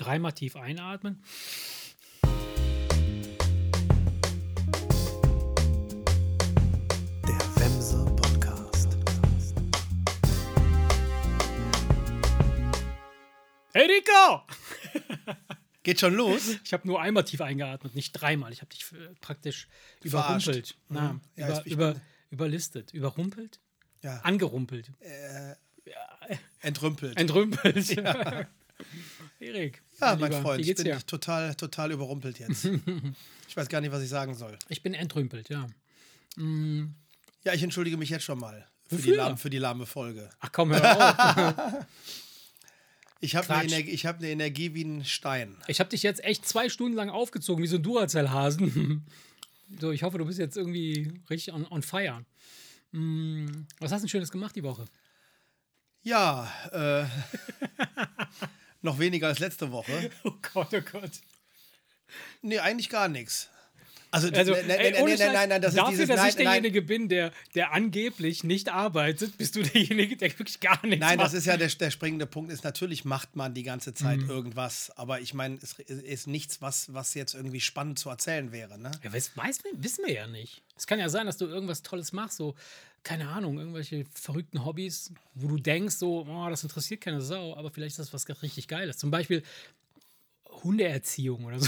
Dreimal tief einatmen. Der Wemse Podcast. Hey Rico! Geht schon los? Ich habe nur einmal tief eingeatmet, nicht dreimal. Ich habe dich praktisch Verarscht. überrumpelt. Na, Ja, überlistet. Überrumpelt? Ja. Angerumpelt. Entrümpelt. Entrümpelt. Ja. Erik. Ja, mein mein Lieber, Freund, wie ich geht's bin dir? total überrumpelt jetzt. Ich weiß gar nicht, was ich sagen soll. Ich bin entrümpelt, ja. Ja, ich entschuldige mich jetzt schon mal Wofür? für die lahme Folge. Ach komm, hör auf. Ich habe Quatsch. eine Energie wie ein Stein. Ich habe dich jetzt echt 2 Stunden lang aufgezogen, wie so ein Duracell-Hasen. So, ich hoffe, du bist jetzt irgendwie richtig on fire. Was hast du denn Schönes gemacht die Woche? Ja, noch weniger als letzte Woche. Oh Gott, oh Gott. Nee, eigentlich gar nichts. Also, Ohne Scheiß, nein, das dafür, ist dieses, dass ich nein, derjenige bin, der angeblich nicht arbeitet, bist du derjenige, der wirklich gar nichts Nein, macht. das ist ja der springende Punkt. Ist natürlich macht man die ganze Zeit irgendwas, aber ich meine, es ist nichts, was jetzt irgendwie spannend zu erzählen wäre. Ne? Ja, wissen wir ja nicht. Es kann ja sein, dass du irgendwas Tolles machst, so, keine Ahnung, irgendwelche verrückten Hobbys, wo du denkst, so, oh, das interessiert keine Sau, aber vielleicht ist das was richtig Geiles. Zum Beispiel Hundeerziehung oder so.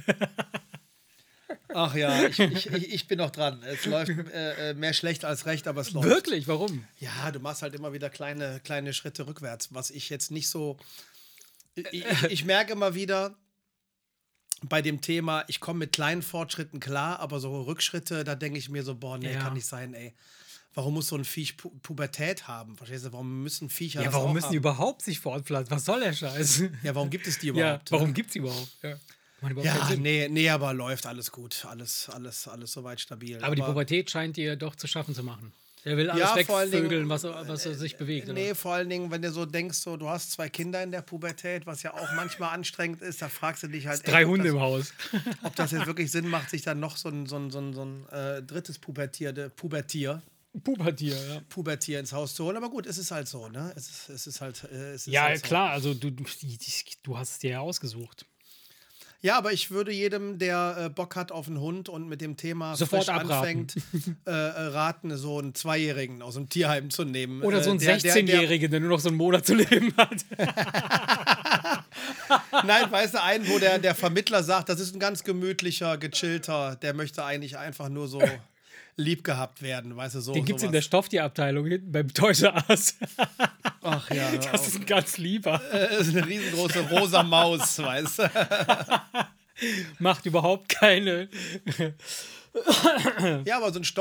Ach ja, ich bin noch dran. Es läuft mehr schlecht als recht, aber es läuft. Wirklich? Warum? Ja, du machst halt immer wieder kleine Schritte rückwärts, was ich jetzt nicht so. Ich merke immer wieder bei dem Thema, ich komme mit kleinen Fortschritten klar, aber so Rückschritte, da denke ich mir so, boah, nee, Ja. kann nicht sein, ey. Warum muss so ein Viech Pubertät haben? Verstehst du? Warum müssen Viecher Ja, das warum auch müssen die haben? überhaupt sich fortpflanzen? Was soll der Scheiß? Ja, warum gibt es die Ja, überhaupt? warum ne? gibt's die überhaupt? Ja. Macht überhaupt keinen Ja, Sinn. nee, aber läuft alles gut. Alles soweit stabil. Aber die Pubertät scheint dir doch zu schaffen zu machen. Der will alles Ja, vor allen wegvögeln, Dingen, was sich bewegt. Nee, Oder? vor allen Dingen, wenn du so denkst, so, du hast 2 Kinder in der Pubertät, was ja auch manchmal anstrengend ist, da fragst du dich halt 3 echt, Hunde im Haus. ob das jetzt wirklich Sinn macht, sich dann noch so ein drittes Pubertier Pubertier, ja. ins Haus zu holen. Aber gut, es ist halt so, ne? Es ist halt Ja, halt so. klar, also du hast es dir ja ausgesucht. Ja, aber ich würde jedem, der Bock hat auf einen Hund und mit dem Thema Sofort frisch abraten. anfängt, raten, so einen 2-Jährigen aus dem Tierheim zu nehmen. Oder so einen der- 16-Jährigen, der nur noch so einen Monat zu leben hat. Nein, weißt du, einen, wo der Vermittler sagt, das ist ein ganz gemütlicher, gechillter, der möchte eigentlich einfach nur so lieb gehabt werden, weißt du, so. Den gibt es in sowas. der Stofftierabteilung hinten beim Toys R Us. Ach ja, hör Das auf. ist ein ganz lieber. Das ist eine riesengroße rosa Maus, weißt du. Macht überhaupt keine. Ja, aber so ein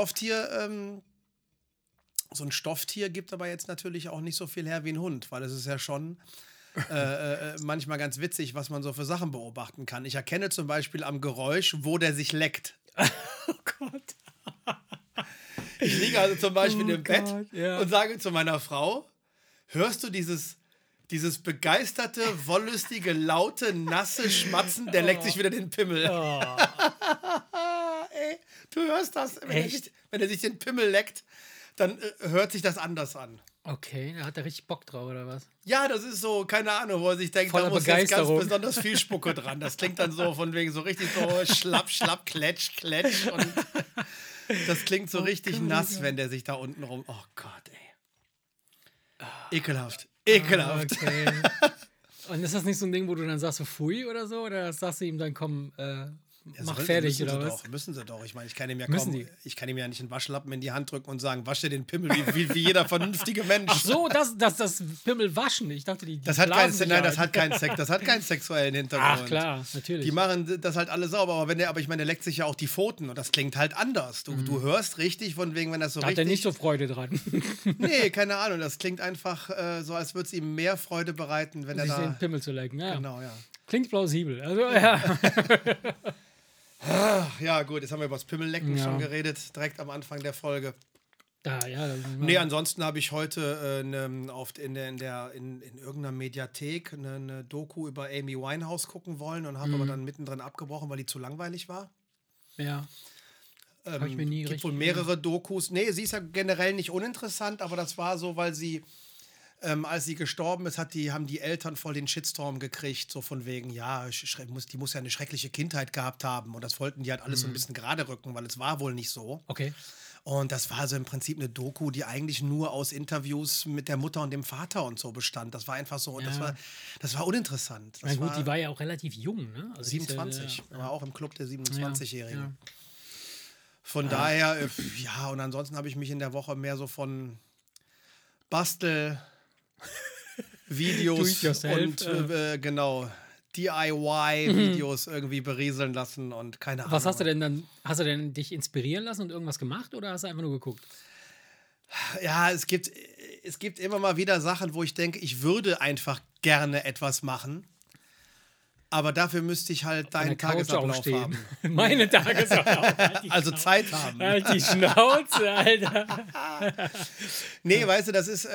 Stofftier gibt aber jetzt natürlich auch nicht so viel her wie ein Hund, weil es ist ja schon manchmal ganz witzig, was man so für Sachen beobachten kann. Ich erkenne zum Beispiel am Geräusch, wo der sich leckt. Oh Gott. Ich liege also zum Beispiel im Bett Gott, ja. und sage zu meiner Frau, hörst du dieses begeisterte, wollüstige, laute, nasse Schmatzen, der leckt sich wieder den Pimmel. Oh. Ey, du hörst das. Echt? Wenn er sich den Pimmel leckt, dann hört sich das anders an. Okay, da hat er richtig Bock drauf, oder was? Ja, das ist so, keine Ahnung, wo er sich denkt, Voller da muss jetzt ganz Begeisterung. besonders viel Spucke dran. Das klingt dann so von wegen so richtig so schlapp, schlapp, kletsch, kletsch. Und das klingt so richtig nass, wenn der sich da unten rum. Oh Gott, ey. Ekelhaft. Ekelhaft. Okay. Und ist das nicht so ein Ding, wo du dann sagst, so pfui oder so? Oder sagst du ihm dann, komm, mach fertig oder was? Müssen sie doch. Ich meine, ich kann ihm ja Müssen die? ich kann ihm ja nicht einen Waschlappen in die Hand drücken und sagen, wasche den Pimmel wie jeder vernünftige Mensch. Ach so, das Pimmel waschen. Ich dachte, die Das hat blasen sich das ein. hat keinen sexuellen Hintergrund. Ach klar, natürlich. Die machen das halt alle sauber, aber ich meine, der leckt sich ja auch die Pfoten und das klingt halt anders. Du hörst richtig, von wegen, wenn das so da hat er richtig. nicht so Freude dran. Nee, keine Ahnung. Das klingt einfach so, als würde es ihm mehr Freude bereiten, wenn er sich den da. Pimmel zu lecken. Ja. Genau, ja. Klingt plausibel. Also, ja. Ja, gut, jetzt haben wir über das Pimmellecken Ja. schon geredet, direkt am Anfang der Folge. Ja. Nee, ansonsten habe ich heute in irgendeiner Mediathek eine Doku über Amy Winehouse gucken wollen und habe aber dann mittendrin abgebrochen, weil die zu langweilig war. Ja. Habe ich mir nie Gibt richtig. wohl mehrere Dokus. Nee, sie ist ja generell nicht uninteressant, aber das war so, weil sie als sie gestorben ist, haben die Eltern voll den Shitstorm gekriegt, so von wegen, ja, die muss ja eine schreckliche Kindheit gehabt haben. Und das wollten die halt alles so ein bisschen gerade rücken, weil es war wohl nicht so. Okay. Und das war so im Prinzip eine Doku, die eigentlich nur aus Interviews mit der Mutter und dem Vater und so bestand. Das war einfach so, und das war uninteressant. Na gut, die war ja auch relativ jung, ne? Also 27, war auch im Club der 27-Jährigen. Ja. Von daher, ja, und ansonsten habe ich mich in der Woche mehr so von Bastel-Videos Do it yourself, und genau, DIY-Videos irgendwie berieseln lassen und keine Ahnung. Was hast du denn dann? Hast du denn dich inspirieren lassen und irgendwas gemacht oder hast du einfach nur geguckt? Ja, es gibt immer mal wieder Sachen, wo ich denke, ich würde einfach gerne etwas machen. Aber dafür müsste ich halt deinen Tagesablauf haben. Meine Tagesablauf. Also Zeit haben. Halt die Schnauze, Alter. Nee, weißt du, das ist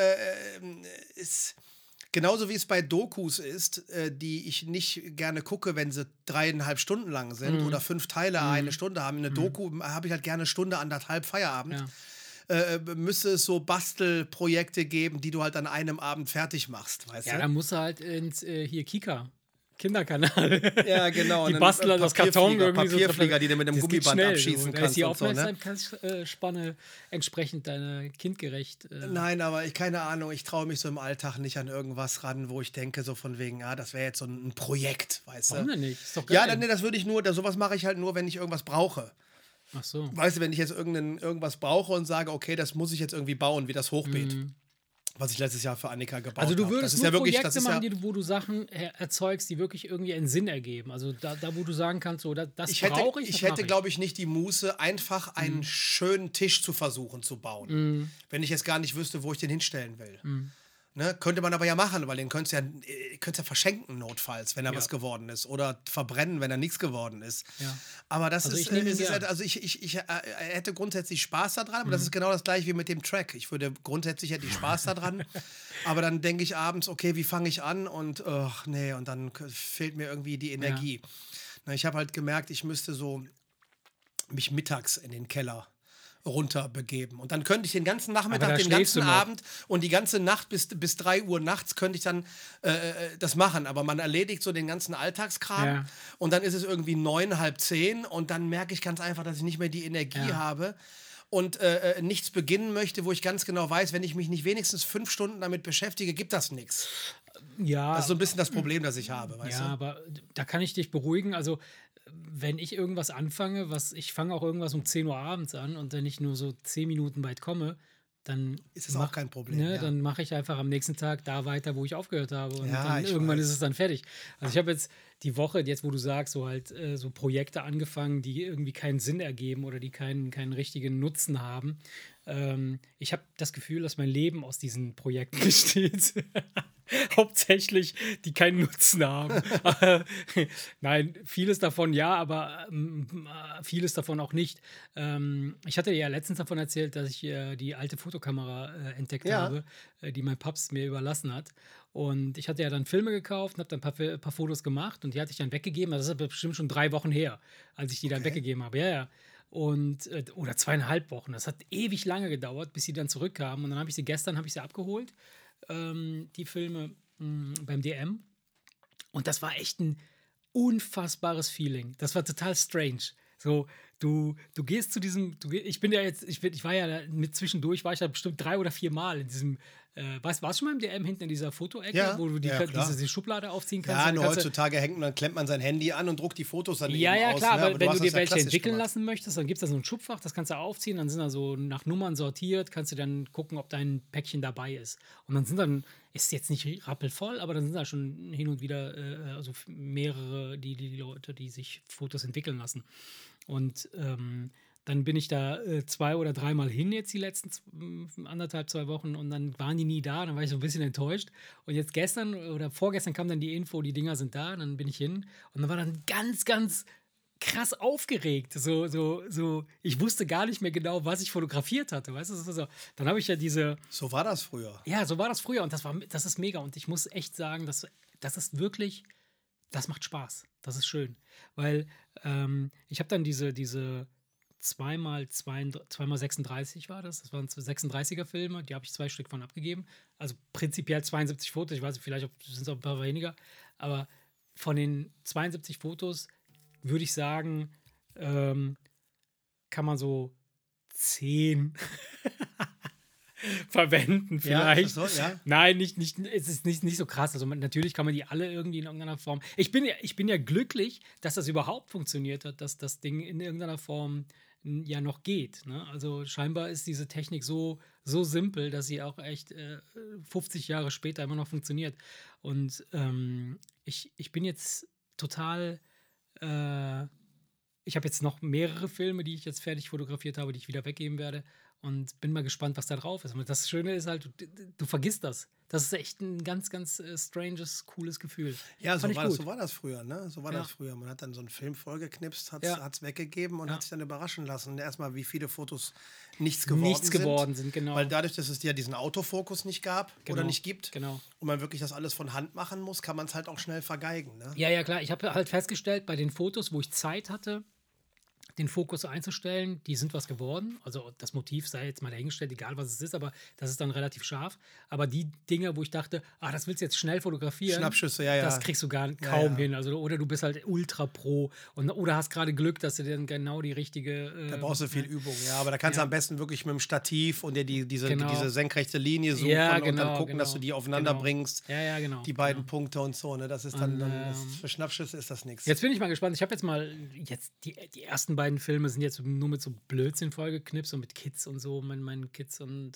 genauso wie es bei Dokus ist, die ich nicht gerne gucke, wenn sie 3,5 Stunden lang sind oder 5 Teile eine Stunde haben. Eine Doku habe ich halt gerne 1 Stunde, 1,5 Feierabend. Ja. Müsste es so Bastelprojekte geben, die du halt an einem Abend fertig machst, weißt du? Ja, dann musst du halt ins hier Kika. Kinderkanal. Ja, genau. Die basteln halt das Karton irgendwie Papierflieger, die du mit einem Gummiband abschießen kannst. Da ist die Aufmerksamkeitsspanne entsprechend deine kindgerecht. Nein, aber keine Ahnung, ich traue mich so im Alltag nicht an irgendwas ran, wo ich denke, so von wegen, das wäre jetzt so ein Projekt, weißt du? Warum denn nicht? Ist doch geil. Ja, nee, das würde ich nur, sowas mache ich halt nur, wenn ich irgendwas brauche. Ach so. Weißt du, wenn ich jetzt irgendwas brauche und sage, okay, das muss ich jetzt irgendwie bauen, wie das Hochbeet. Was ich letztes Jahr für Annika gebaut habe. Also du würdest nur Projekte machen, ja, wo du Sachen erzeugst, die wirklich irgendwie einen Sinn ergeben. Also da wo du sagen kannst, so, das brauche ich. Ich hätte, glaube ich, nicht die Muße, einfach einen schönen Tisch zu versuchen zu bauen. Wenn ich jetzt gar nicht wüsste, wo ich den hinstellen will. Ne? Könnte man aber ja machen, weil den könntest ja verschenken notfalls, wenn er was geworden ist. Oder verbrennen, wenn er nichts geworden ist. Ja. Aber das ich hätte grundsätzlich Spaß daran, aber das ist genau das gleiche wie mit dem Track. Ich hätte ich Spaß daran, aber dann denke ich abends, okay, wie fange ich an? Und und dann fehlt mir irgendwie die Energie. Ja. Na, ich habe halt gemerkt, ich müsste so mich mittags in den Keller runterbegeben. Und dann könnte ich den ganzen Nachmittag, den ganzen Abend und die ganze Nacht bis 3 Uhr nachts könnte ich dann das machen. Aber man erledigt so den ganzen Alltagskram und dann ist es irgendwie 9, halb 10 und dann merke ich ganz einfach, dass ich nicht mehr die Energie habe und nichts beginnen möchte, wo ich ganz genau weiß, wenn ich mich nicht wenigstens 5 Stunden damit beschäftige, gibt das nichts. Ja. Das ist so ein bisschen das Problem, das ich habe, weißt du? Ja, aber da kann ich dich beruhigen. Also wenn ich irgendwas anfange, ich fange auch irgendwas um 10 Uhr abends an und wenn ich nur so 10 Minuten weit komme, dann ist es auch kein Problem. Ne, dann mache ich einfach am nächsten Tag da weiter, wo ich aufgehört habe. Und dann irgendwann ist es dann fertig. Also ich habe jetzt die Woche, jetzt wo du sagst, so halt so Projekte angefangen, die irgendwie keinen Sinn ergeben oder die keinen richtigen Nutzen haben. Ich habe das Gefühl, dass mein Leben aus diesen Projekten besteht. Hauptsächlich, die keinen Nutzen haben. Nein, vieles davon ja, aber vieles davon auch nicht. Ich hatte ja letztens davon erzählt, dass ich die alte Fotokamera entdeckt habe, die mein Paps mir überlassen hat. Und ich hatte ja dann Filme gekauft und habe dann ein paar Fotos gemacht und die hatte ich dann weggegeben. Das ist aber bestimmt schon 3 Wochen her, als ich die dann weggegeben habe. Ja. Und, oder 2,5 Wochen. Das hat ewig lange gedauert, bis sie dann zurückkamen. Und dann habe ich sie abgeholt. Die Filme beim DM. Und das war echt ein unfassbares Feeling. Das war total strange. So, du gehst zu diesem, ich war ja mit zwischendurch, war ich ja bestimmt 3 oder 4 Mal in diesem, warst du schon mal im DM hinten in dieser Fotoecke, wo du diese Schublade aufziehen kannst? Ja, nur heutzutage hängt man, klemmt man sein Handy an und druckt die Fotos dann eben aus. Ja, klar, ne? aber wenn du dir welche entwickeln lassen möchtest, dann gibt es da so ein Schubfach, das kannst du aufziehen, dann sind da so nach Nummern sortiert, kannst du dann gucken, ob dein Päckchen dabei ist. Und dann ist jetzt nicht rappelvoll, aber dann sind da schon hin und wieder also mehrere die Leute, die sich Fotos entwickeln lassen. Und dann bin ich da 2 oder 3 Mal hin jetzt die letzten 1,5, 2 Wochen und dann waren die nie da, dann war ich so ein bisschen enttäuscht. Und jetzt gestern oder vorgestern kam dann die Info, die Dinger sind da, und dann bin ich hin und dann war dann ganz, ganz krass aufgeregt. So, ich wusste gar nicht mehr genau, was ich fotografiert hatte. Weißt du, so. Dann habe ich ja diese. So war das früher. Ja, so war das früher und das ist mega. Und ich muss echt sagen, das ist wirklich, das macht Spaß. Das ist schön. Weil ich habe dann diese zweimal 36 war das. Das waren 36er Filme, die habe ich 2 Stück von abgegeben. Also prinzipiell 72 Fotos, ich weiß nicht, vielleicht sind es auch ein paar weniger. Aber von den 72 Fotos würde ich sagen, kann man so 10 verwenden vielleicht. Ja, ach so, ja. Nein, es ist nicht so krass. Also natürlich kann man die alle irgendwie in irgendeiner Form. Ich bin ja glücklich, dass das überhaupt funktioniert hat, dass das Ding in irgendeiner Form ja noch geht. Ne? Also scheinbar ist diese Technik so simpel, dass sie auch echt 50 Jahre später immer noch funktioniert. Und ich bin jetzt total. Ich habe jetzt noch mehrere Filme, die ich jetzt fertig fotografiert habe, die ich wieder weggeben werde. Und bin mal gespannt, was da drauf ist. Und das Schöne ist halt, du vergisst das. Das ist echt ein ganz, ganz stranges, cooles Gefühl. Ja, so Fand ich gut. war das früher, ne? So war Ja. das früher. Man hat dann so einen Film vollgeknipst, hat Ja. es weggegeben und Ja. hat sich dann überraschen lassen. Erstmal, wie viele Fotos nichts geworden sind, genau. Weil dadurch, dass es ja diesen Autofokus nicht gab oder nicht gibt Genau. und man wirklich das alles von Hand machen muss, kann man es halt auch schnell vergeigen, ne? Ja, klar. Ich habe halt festgestellt, bei den Fotos, wo ich Zeit hatte, den Fokus einzustellen, die sind was geworden. Also das Motiv sei jetzt mal dahingestellt, egal was es ist, aber das ist dann relativ scharf. Aber die Dinge, wo ich dachte, das willst du jetzt schnell fotografieren, Schnappschüsse, ja. das kriegst du kaum hin. Also, oder du bist halt ultra pro oder hast gerade Glück, dass du dann genau die richtige. Da brauchst du viel Übung, ja. Aber da kannst du am besten wirklich mit dem Stativ und dir diese senkrechte Linie suchen und dann gucken, dass du die aufeinander bringst. Ja, genau. Die beiden Punkte und so, ne? Das ist dann für Schnappschüsse ist das nichts. Jetzt bin ich mal gespannt. Ich habe jetzt mal die ersten beiden Filme sind jetzt nur mit so Blödsinn vollgeknipst und mit Kids und so, meinen Kids und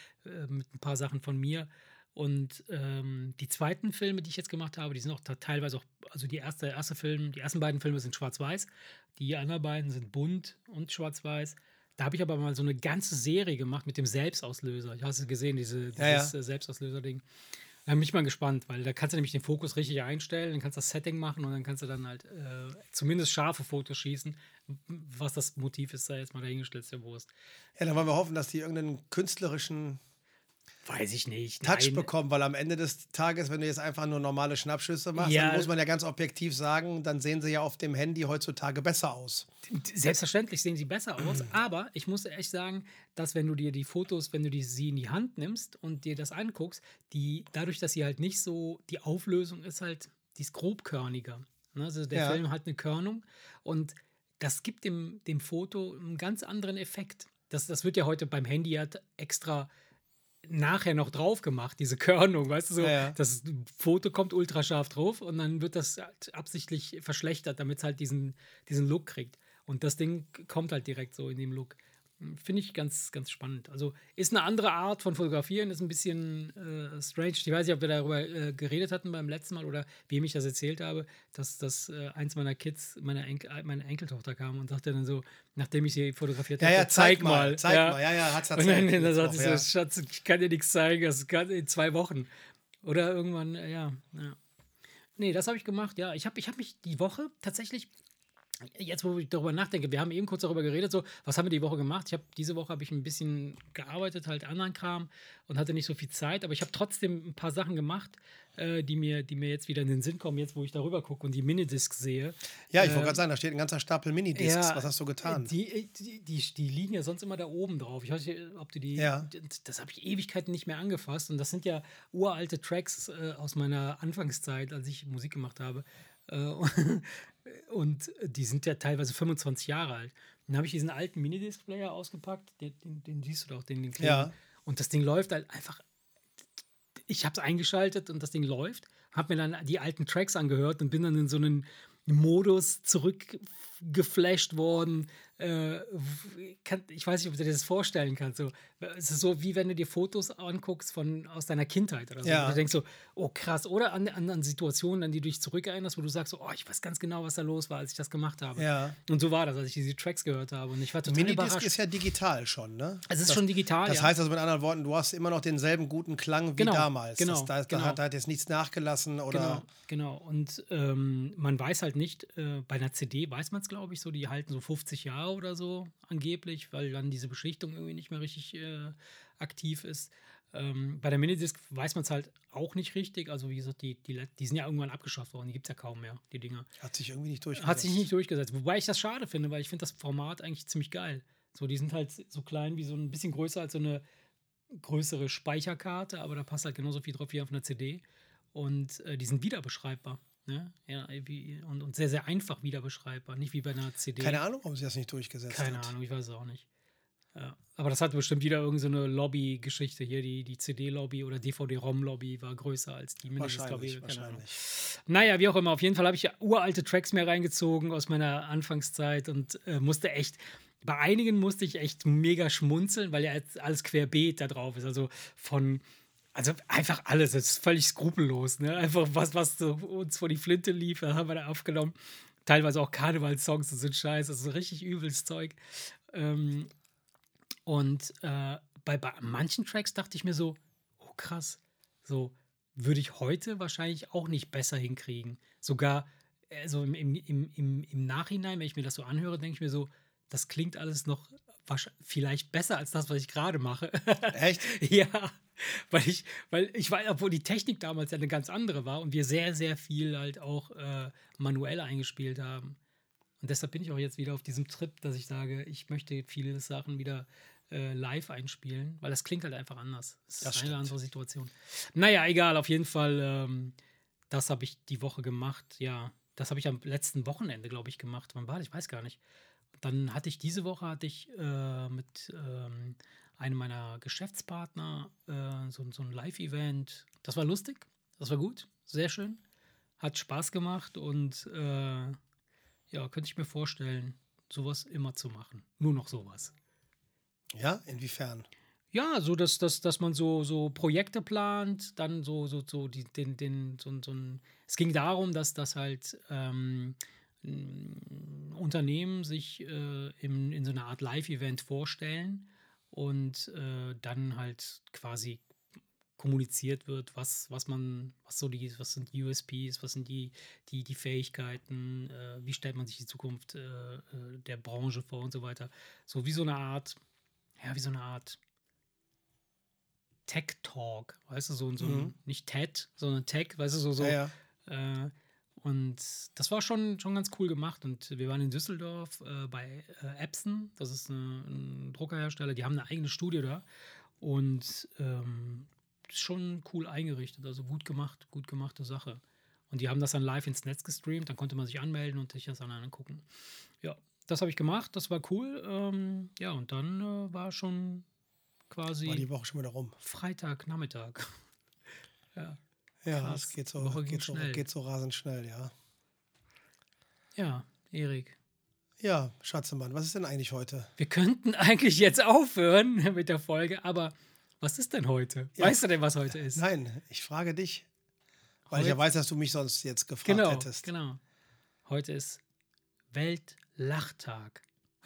mit ein paar Sachen von mir. Und die zweiten Filme, die ich jetzt gemacht habe, die sind auch teilweise auch, also die ersten beiden Filme sind schwarz-weiß, die anderen beiden sind bunt und schwarz-weiß. Da habe ich aber mal so eine ganze Serie gemacht mit dem Selbstauslöser. Hast du gesehen, dieses Selbstauslöser-Ding? Da bin ich mal gespannt, weil da kannst du nämlich den Fokus richtig einstellen, dann kannst du das Setting machen und dann kannst du dann halt zumindest scharfe Fotos schießen. Was das Motiv ist, sei jetzt mal dahingestellt, ist ja Wurst. Ja, dann wollen wir hoffen, dass die irgendeinen künstlerischen Weiß ich nicht. Touch bekommen, weil am Ende des Tages, wenn du jetzt einfach nur normale Schnappschüsse machst, dann muss man ja ganz objektiv sagen, dann sehen sie ja auf dem Handy heutzutage besser aus. Selbstverständlich sehen sie besser aus, aber ich muss echt sagen, dass wenn du dir die Fotos, sie in die Hand nimmst und dir das anguckst, dadurch, dass sie halt nicht so, die Auflösung ist halt, die ist grobkörniger. Ne? Also der Film hat eine Körnung und das gibt dem Foto einen ganz anderen Effekt. Das wird ja heute beim Handy halt extra nachher noch drauf gemacht, diese Körnung, weißt du, so, das Foto kommt ultrascharf drauf und dann wird das halt absichtlich verschlechtert, damit es halt diesen Look kriegt. Und das Ding kommt halt direkt so in dem Look. Finde ich ganz, ganz spannend. Also ist eine andere Art von Fotografieren, ist ein bisschen strange. Ich weiß nicht, ob wir darüber geredet hatten beim letzten Mal oder wem ich das erzählt habe, dass eins meiner Kids, meine Enkeltochter kam und sagte dann so, nachdem ich sie fotografiert habe, zeig mal. Ja, hat's erzählt. Und dann sagte sie so, Schatz, ich kann dir nichts zeigen, das kann in 2 Wochen. Oder irgendwann, ja. Nee, das habe ich gemacht, ja. Ich hab mich die Woche tatsächlich, jetzt wo ich darüber nachdenke, wir haben eben kurz darüber geredet, so, was haben wir die Woche gemacht? Diese Woche habe ich ein bisschen gearbeitet, halt anderen Kram und hatte nicht so viel Zeit, aber ich habe trotzdem ein paar Sachen gemacht, die mir jetzt wieder in den Sinn kommen, jetzt wo ich darüber gucke und die Minidiscs sehe. Ja, ich wollte gerade sagen, da steht ein ganzer Stapel Minidiscs. Was hast du getan? Die liegen ja sonst immer da oben drauf. Ich weiß nicht, ob du die. Ja. Das habe ich Ewigkeiten nicht mehr angefasst. Und das sind ja uralte Tracks aus meiner Anfangszeit, als ich Musik gemacht habe. Und die sind ja teilweise 25 Jahre alt. Dann habe ich diesen alten Minidisc-Player ausgepackt. Den siehst du doch, den kleinen. Ja. Und das Ding läuft halt einfach. Ich habe es eingeschaltet und das Ding läuft. Habe mir dann die alten Tracks angehört und bin dann in so einen Modus zurückgeflasht worden. Ich weiß nicht, ob du dir das vorstellen kannst. So, es ist so, wie wenn du dir Fotos anguckst aus deiner Kindheit oder so. Ja. Und du denkst so, oh krass. Oder an Situationen, an die du dich zurückerinnerst, wo du sagst, so, oh, ich weiß ganz genau, was da los war, als ich das gemacht habe. Ja. Und so war das, als ich diese Tracks gehört habe. Und ich war total Minidisc überrascht. ist ja digital schon, ne? Es ist schon digital, Das heißt also mit anderen Worten, du hast immer noch denselben guten Klang wie damals. Genau. Da hat jetzt nichts nachgelassen oder. Genau. Und man weiß halt nicht, bei einer CD weiß man es, glaube ich, so, die halten so 50 Jahre oder so angeblich, weil dann diese Beschichtung irgendwie nicht mehr richtig aktiv ist. Bei der Minidisc weiß man es halt auch nicht richtig. Also wie gesagt, die sind ja irgendwann abgeschafft worden. Die gibt es ja kaum mehr, die Dinger. Hat sich irgendwie nicht durchgesetzt. Hat sich nicht durchgesetzt. Wobei ich das schade finde, weil ich finde das Format eigentlich ziemlich geil. So, die sind halt so klein wie so ein bisschen größer als so eine größere Speicherkarte, aber da passt halt genauso viel drauf wie auf einer CD. Und die sind wiederbeschreibbar. Ne? Ja, und sehr, sehr einfach wiederbeschreibbar. Nicht wie bei einer CD. Keine Ahnung, warum sie das nicht durchgesetzt hat. Keine Ahnung, ich weiß es auch nicht. Ja. Aber das hatte bestimmt wieder irgendeine so Lobby-Geschichte hier. Die CD-Lobby oder DVD-ROM-Lobby war größer als die Wahrscheinlich. Naja, wie auch immer. Auf jeden Fall habe ich ja uralte Tracks mehr reingezogen aus meiner Anfangszeit und bei einigen musste ich echt mega schmunzeln, weil ja jetzt alles querbeet da drauf ist. Also einfach alles. Das ist völlig skrupellos. Ne? Einfach was so uns vor die Flinte lief, das haben wir da aufgenommen. Teilweise auch Karnevalssongs, das sind scheiße. Das ist richtig übles Zeug. Und bei manchen Tracks dachte ich mir so, oh krass, so würde ich heute wahrscheinlich auch nicht besser hinkriegen. Sogar also im Nachhinein, wenn ich mir das so anhöre, denke ich mir so, das klingt alles noch vielleicht besser als das, was ich gerade mache. Echt? Ja, weil ich weiß, obwohl die Technik damals ja eine ganz andere war und wir sehr, sehr viel halt auch manuell eingespielt haben. Und deshalb bin ich auch jetzt wieder auf diesem Trip, dass ich sage, ich möchte viele Sachen wieder live einspielen, weil das klingt halt einfach anders. Das ist eine andere Situation. Naja, egal, auf jeden Fall, das habe ich die Woche gemacht. Ja, das habe ich am letzten Wochenende, glaube ich, gemacht. Wann war das? Ich weiß gar nicht. Dann hatte ich diese Woche mit einem meiner Geschäftspartner so ein Live-Event. Das war lustig, das war gut, sehr schön. Hat Spaß gemacht und ja, könnte ich mir vorstellen, sowas immer zu machen. Nur noch sowas. Ja, inwiefern? Ja, so dass man so Projekte plant, dann es ging darum, dass das halt ein Unternehmen sich in so einer Art Live-Event vorstellen und dann halt quasi kommuniziert wird, was sind USPs, was sind die Fähigkeiten, wie stellt man sich die Zukunft der Branche vor und so weiter. So wie so eine Art Tech-Talk, weißt du, nicht TED, sondern Tech, weißt du, so. Ja. Und das war schon ganz cool gemacht. Und wir waren in Düsseldorf bei Epson, das ist ein Druckerhersteller, die haben eine eigene Studio da. Und schon cool eingerichtet, also gut gemachte Sache. Und die haben das dann live ins Netz gestreamt, dann konnte man sich anmelden und sich das dann angucken. Ja, das habe ich gemacht, das war cool. Ja, und dann war schon quasi. War die Woche schon wieder rum. Freitagnachmittag. Ja. Ja, krass. das geht so rasend schnell, ja. Ja, Erik. Ja, Schatzemann, was ist denn eigentlich heute? Wir könnten eigentlich jetzt aufhören mit der Folge, aber was ist denn heute? Ja. Weißt du denn, was heute ist? Nein, ich frage dich, weil ich ja weiß, dass du mich sonst jetzt gefragt hättest. Genau. Heute ist Weltlachtag.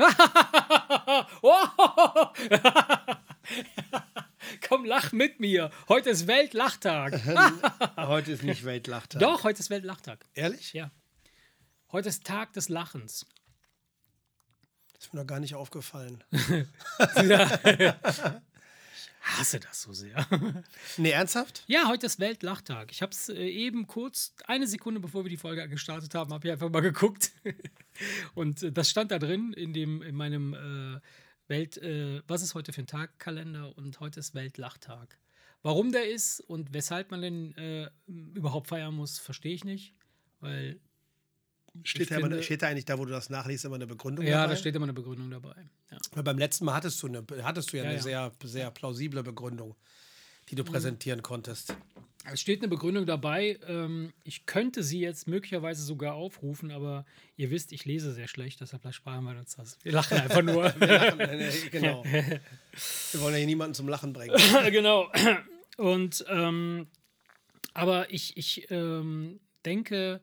Komm, lach mit mir. Heute ist Weltlachtag. Heute ist nicht Weltlachtag. Doch, heute ist Weltlachtag. Ehrlich? Ja. Heute ist Tag des Lachens. Das ist mir noch gar nicht aufgefallen. Ich hasse das so sehr. Nee, ernsthaft? Ja, heute ist Weltlachtag. Ich habe es eben kurz, eine Sekunde bevor wir die Folge gestartet haben, habe ich einfach mal geguckt. Und das stand da drin in meinem was ist heute für ein Tagkalender? Und heute ist Weltlachtag. Warum der ist und weshalb man den überhaupt feiern muss, verstehe ich nicht. Weil steht da eigentlich da, wo du das nachliest, immer eine Begründung dabei? Ja, da dabei? steht immer eine Begründung dabei. Ja. Weil beim letzten Mal hattest du eine sehr, sehr plausible Begründung, die du präsentieren konntest. Es steht eine Begründung dabei. Ich könnte sie jetzt möglicherweise sogar aufrufen, aber ihr wisst, ich lese sehr schlecht, deshalb sparen wir uns das. Wir lachen einfach nur. Genau. Wir wollen ja hier niemanden zum Lachen bringen. Genau. Und aber ich denke,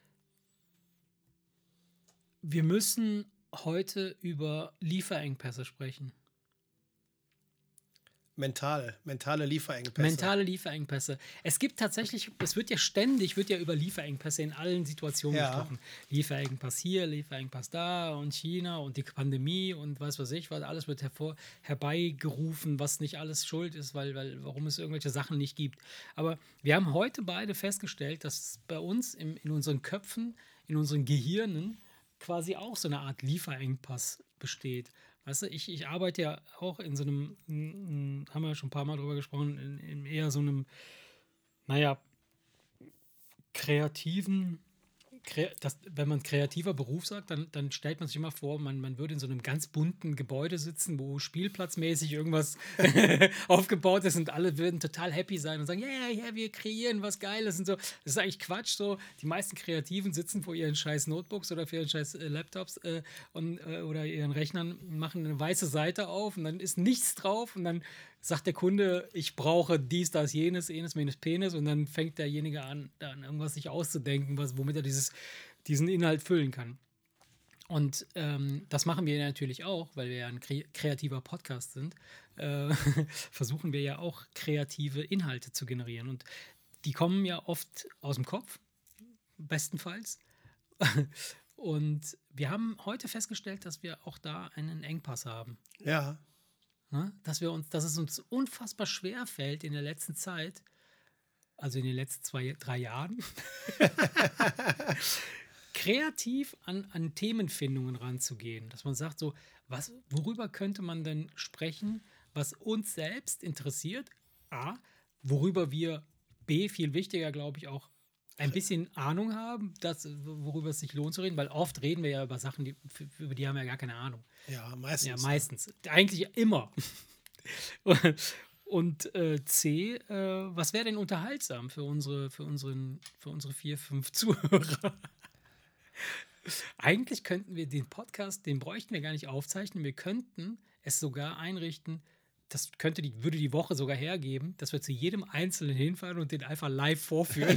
wir müssen heute über Lieferengpässe sprechen. Mentale Lieferengpässe. Mentale Lieferengpässe. Es gibt tatsächlich, wird ja über Lieferengpässe in allen Situationen gesprochen. Lieferengpass hier, Lieferengpass da und China und die Pandemie und was weiß ich, weil alles wird herbeigerufen, was nicht alles schuld ist, warum es irgendwelche Sachen nicht gibt. Aber wir haben heute beide festgestellt, dass bei uns in unseren Köpfen, in unseren Gehirnen quasi auch so eine Art Lieferengpass besteht. Weißt du, ich arbeite ja auch in so einem, haben wir ja schon ein paar Mal drüber gesprochen, in eher so einem, naja, kreativen, wenn man kreativer Beruf sagt, dann stellt man sich immer vor, man würde in so einem ganz bunten Gebäude sitzen, wo spielplatzmäßig irgendwas aufgebaut ist und alle würden total happy sein und sagen, yeah, wir kreieren was Geiles und so. Das ist eigentlich Quatsch. So. Die meisten Kreativen sitzen vor ihren scheiß Notebooks oder vor ihren scheiß Laptops oder ihren Rechnern, machen eine weiße Seite auf und dann ist nichts drauf und dann sagt der Kunde, ich brauche dies, das, jenes, menes, penis und dann fängt derjenige an, dann irgendwas sich auszudenken, womit er diesen Inhalt füllen kann. Und das machen wir natürlich auch, weil wir ja ein kreativer Podcast sind, versuchen wir ja auch kreative Inhalte zu generieren. Und die kommen ja oft aus dem Kopf, bestenfalls. Und wir haben heute festgestellt, dass wir auch da einen Engpass haben. Ja. Dass es uns unfassbar schwer fällt in der letzten Zeit, also in den letzten 2-3 Jahren, kreativ an Themenfindungen ranzugehen. Dass man sagt, so, worüber könnte man denn sprechen, was uns selbst interessiert? A, worüber wir, B, viel wichtiger, glaube ich, auch ein bisschen Ahnung haben, worüber es sich lohnt zu reden, weil oft reden wir ja über Sachen, über die haben wir ja gar keine Ahnung. Ja, meistens. Ja, meistens. Eigentlich immer. Und C, was wäre denn unterhaltsam für unsere 4, 5 Zuhörer? Eigentlich könnten wir den Podcast, den bräuchten wir gar nicht aufzeichnen, wir könnten es sogar einrichten, würde die Woche sogar hergeben, dass wir zu jedem Einzelnen hinfahren und den einfach live vorführen.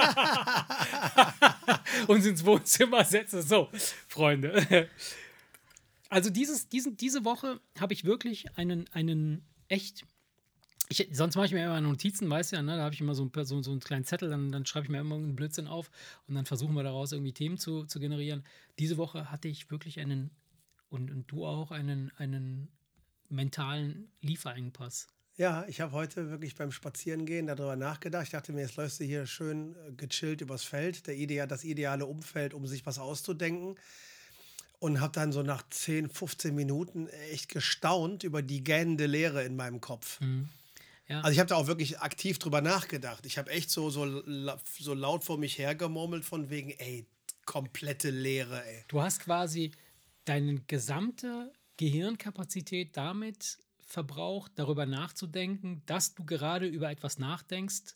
Uns ins Wohnzimmer setzen. So, Freunde. Also diese Woche habe ich wirklich einen echt. Sonst mache ich mir immer Notizen, weißt du ja, ne? Da habe ich immer so einen kleinen Zettel, dann schreibe ich mir immer einen Blödsinn auf und dann versuchen wir daraus irgendwie Themen zu generieren. Diese Woche hatte ich wirklich und du auch, einen mentalen Lieferengpass. Ja, ich habe heute wirklich beim Spazierengehen darüber nachgedacht. Ich dachte mir, jetzt läufst du hier schön gechillt übers Feld, das ideale Umfeld, um sich was auszudenken. Und habe dann so nach 10, 15 Minuten echt gestaunt über die gähnende Leere in meinem Kopf. Mhm. Ja. Also ich habe da auch wirklich aktiv drüber nachgedacht. Ich habe echt so laut vor mich hergemurmelt von wegen, ey, komplette Leere, ey. Du hast quasi deine gesamte Gehirnkapazität damit verbraucht, darüber nachzudenken, dass du gerade über etwas nachdenkst,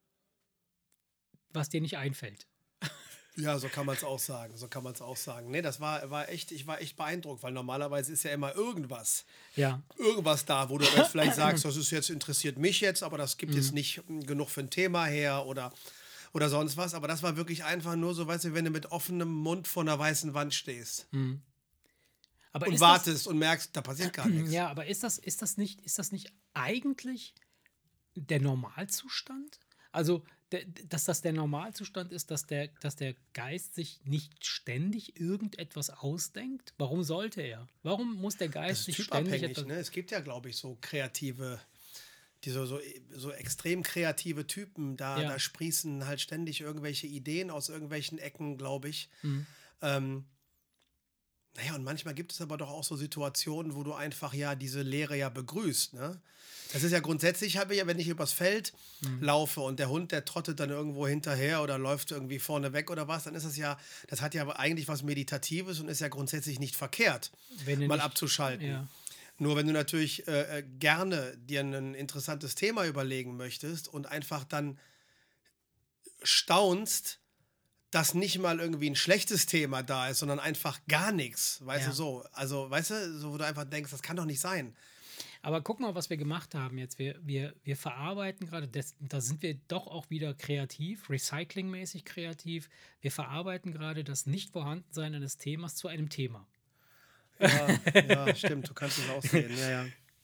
was dir nicht einfällt. Ja, so kann man es auch sagen. Nee, ich war echt beeindruckt, weil normalerweise ist ja immer irgendwas da, wo du jetzt vielleicht sagst, interessiert mich jetzt, aber das gibt jetzt nicht genug für ein Thema her oder sonst was. Aber das war wirklich einfach nur so, weißt du, wenn du mit offenem Mund vor einer weißen Wand stehst. Mhm. Aber und wartest und merkst, da passiert gar nichts. Ja, aber ist das nicht eigentlich der Normalzustand? Also, dass das der Normalzustand ist, dass der Geist sich nicht ständig irgendetwas ausdenkt? Warum sollte er? Warum muss der Geist sich ständig etwas... Ne? Es gibt ja, glaube ich, so kreative, so extrem kreative Typen, da sprießen halt ständig irgendwelche Ideen aus irgendwelchen Ecken, glaube ich. Und manchmal gibt es aber doch auch so Situationen, wo du einfach diese Leere begrüßt, ne? Das ist ja grundsätzlich, wenn ich übers Feld laufe und der Hund, der trottet dann irgendwo hinterher oder läuft irgendwie vorne weg oder was, dann ist das hat ja eigentlich was Meditatives und ist ja grundsätzlich nicht verkehrt, mal abzuschalten. Ja. Nur wenn du natürlich gerne dir ein interessantes Thema überlegen möchtest und einfach dann staunst, dass nicht mal irgendwie ein schlechtes Thema da ist, sondern einfach gar nichts, weißt du, so. Also, weißt du, so, wo du einfach denkst, das kann doch nicht sein. Aber guck mal, was wir gemacht haben jetzt. Wir verarbeiten gerade, da sind wir doch auch wieder kreativ, recyclingmäßig kreativ. Wir verarbeiten gerade das Nichtvorhandensein eines Themas zu einem Thema. Ja, stimmt, du kannst es auch sehen, ja.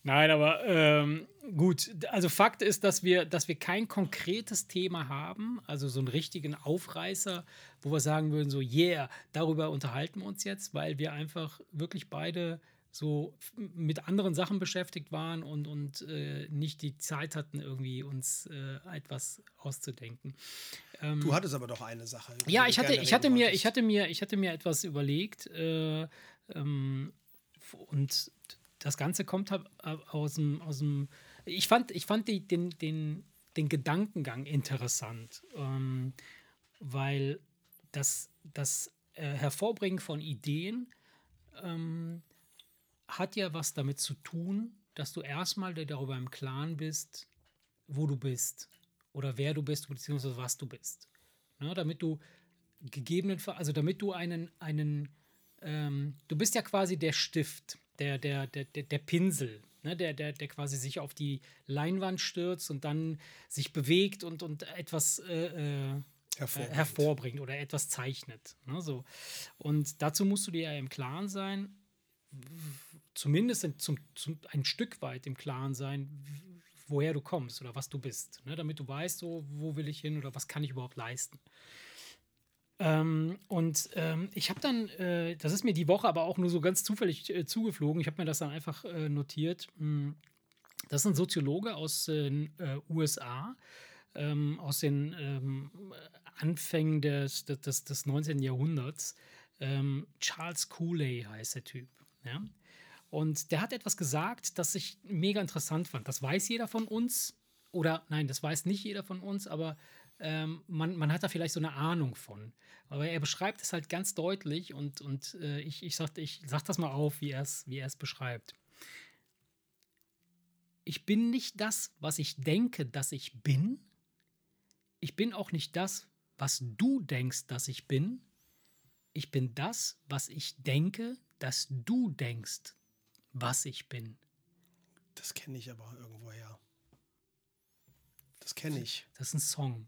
Nein, aber gut. Also Fakt ist, dass wir kein konkretes Thema haben, also so einen richtigen Aufreißer, wo wir sagen würden, so, yeah, darüber unterhalten wir uns jetzt, weil wir einfach wirklich beide so mit anderen Sachen beschäftigt waren und nicht die Zeit hatten, irgendwie uns etwas auszudenken. Du hattest aber doch eine Sache, über Ja, die du gerne ich reden wolltest. hatte mir etwas überlegt, und das Ganze kommt halt aus dem ich fand den Gedankengang interessant, weil das Hervorbringen von Ideen hat ja was damit zu tun, dass du erstmal dir darüber im Klaren bist, wo du bist oder wer du bist, beziehungsweise was du bist. Ne, damit du gegebenenfalls, also damit du du bist ja quasi der Stift, der Pinsel, ne, der quasi sich auf die Leinwand stürzt und dann sich bewegt und etwas hervorbringt oder etwas zeichnet. Ne, so. Und dazu musst du dir ja im Klaren sein, zumindest ein Stück weit im Klaren sein, woher du kommst oder was du bist, ne, damit du weißt, so, wo will ich hin oder was kann ich überhaupt leisten. Ich habe dann, das ist mir die Woche aber auch nur so ganz zufällig zugeflogen, ich habe mir das dann einfach notiert. Das ist ein Soziologe aus den USA, aus den Anfängen des 19. Jahrhunderts. Charles Cooley heißt der Typ. Ja? Und der hat etwas gesagt, das ich mega interessant fand. Das weiß jeder von uns. Oder nein, das weiß nicht jeder von uns, aber man hat da vielleicht so eine Ahnung von. Aber er beschreibt es halt ganz deutlich und ich sag das mal auf, wie er es beschreibt. Ich bin nicht das, was ich denke, dass ich bin. Ich bin auch nicht das, was du denkst, dass ich bin. Ich bin das, was ich denke, dass du denkst, was ich bin. Das kenne ich aber irgendwoher. Das kenne ich. Das ist ein Song.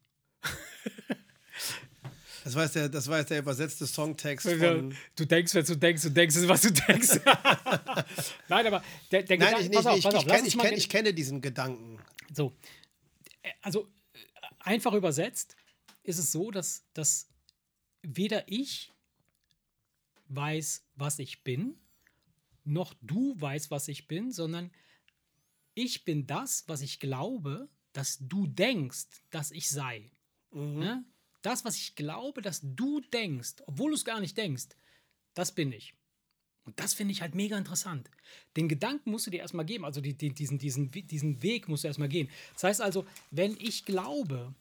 Das war jetzt der übersetzte Songtext von. Du denkst, was du denkst, du denkst, was du denkst. Nein, aber der Nein, Gedanke, ich kenne diesen Gedanken. So, also einfach übersetzt ist es so, dass weder ich weiß, was ich bin, noch du weißt, was ich bin, sondern ich bin das, was ich glaube, dass du denkst, dass ich sei. Ne? Das, was ich glaube, dass du denkst, obwohl du es gar nicht denkst, das bin ich. Und das finde ich halt mega interessant. Den Gedanken musst du dir erstmal geben, also diesen Weg musst du erstmal gehen. Das heißt also, wenn ich glaube,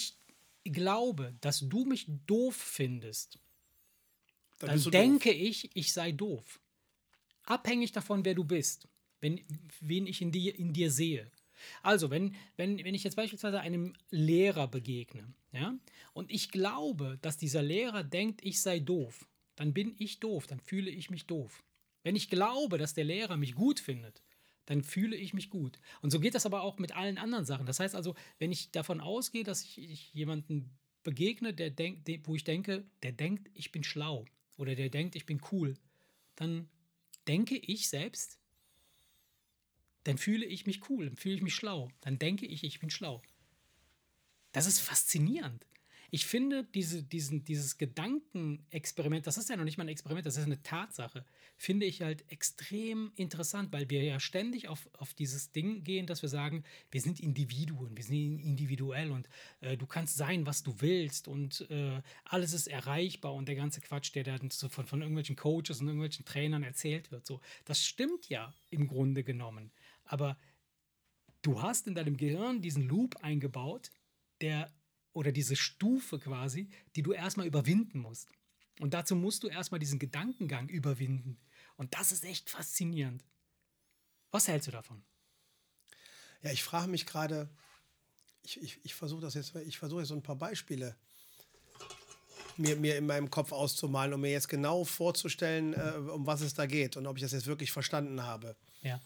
dass du mich doof findest, dann denke ich sei doof. Abhängig davon, wer du bist, wen ich in dir sehe. Also, wenn ich jetzt beispielsweise einem Lehrer begegne, ja, und ich glaube, dass dieser Lehrer denkt, ich sei doof, dann bin ich doof, dann fühle ich mich doof. Wenn ich glaube, dass der Lehrer mich gut findet, dann fühle ich mich gut. Und so geht das aber auch mit allen anderen Sachen. Das heißt also, wenn ich davon ausgehe, dass ich jemanden begegne, wo ich denke, der denkt, ich bin schlau oder der denkt, ich bin cool, dann denke ich selbst, dann fühle ich mich cool, dann fühle ich mich schlau, dann denke ich bin schlau. Das ist faszinierend. Ich finde dieses Gedankenexperiment, das ist ja noch nicht mal ein Experiment, das ist eine Tatsache, finde ich halt extrem interessant, weil wir ja ständig auf dieses Ding gehen, dass wir sagen, wir sind Individuen, wir sind individuell und du kannst sein, was du willst und alles ist erreichbar und der ganze Quatsch, der dann so von irgendwelchen Coaches und irgendwelchen Trainern erzählt wird. So, das stimmt ja im Grunde genommen. Aber du hast in deinem Gehirn diesen Loop eingebaut, oder diese Stufe quasi, die du erstmal überwinden musst. Und dazu musst du erstmal diesen Gedankengang überwinden. Und das ist echt faszinierend. Was hältst du davon? Ja, ich frage mich gerade, ich versuche jetzt so ein paar Beispiele mir in meinem Kopf auszumalen, um mir jetzt genau vorzustellen, um was es da geht und ob ich das jetzt wirklich verstanden habe. Ja.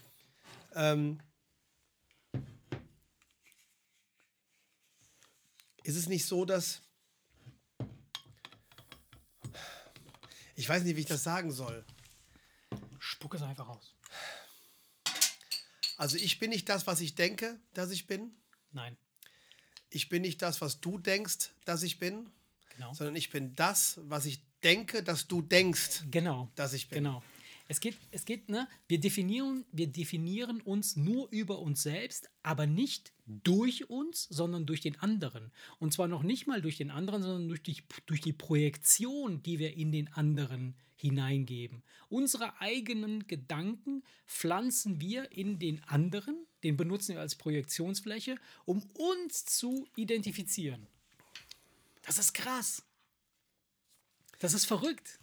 Ist es nicht so, dass... Ich weiß nicht, wie ich das sagen soll. Spuck es einfach aus. Also ich bin nicht das, was ich denke, dass ich bin. Nein, Ich bin nicht das, was du denkst, dass ich bin. genau. Sondern ich bin das, was ich denke, dass du denkst, Genau, dass ich bin. genau. Ne, wir definieren uns nur über uns selbst, aber nicht durch uns, sondern durch den anderen. Und zwar noch nicht mal durch den anderen, sondern durch die Projektion, die wir in den anderen hineingeben. Unsere eigenen Gedanken pflanzen wir in den anderen, den benutzen wir als Projektionsfläche, um uns zu identifizieren. Das ist krass. Das ist verrückt.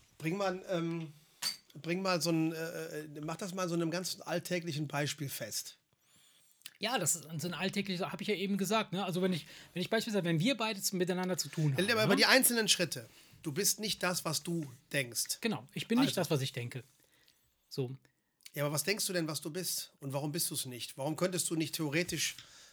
Mach das mal so einem ganz alltäglichen Beispiel fest. Ja, das ist so ein alltägliches, habe ich ja eben gesagt. Ne? Also wenn ich beispielsweise, wenn wir beide miteinander zu tun haben. Aber die einzelnen Schritte. Du bist nicht das, was du denkst. Genau, ich bin nicht das, was ich denke. So. Ja, aber was denkst du denn, was du bist? Und warum bist du es nicht? Warum könntest du nicht theoretisch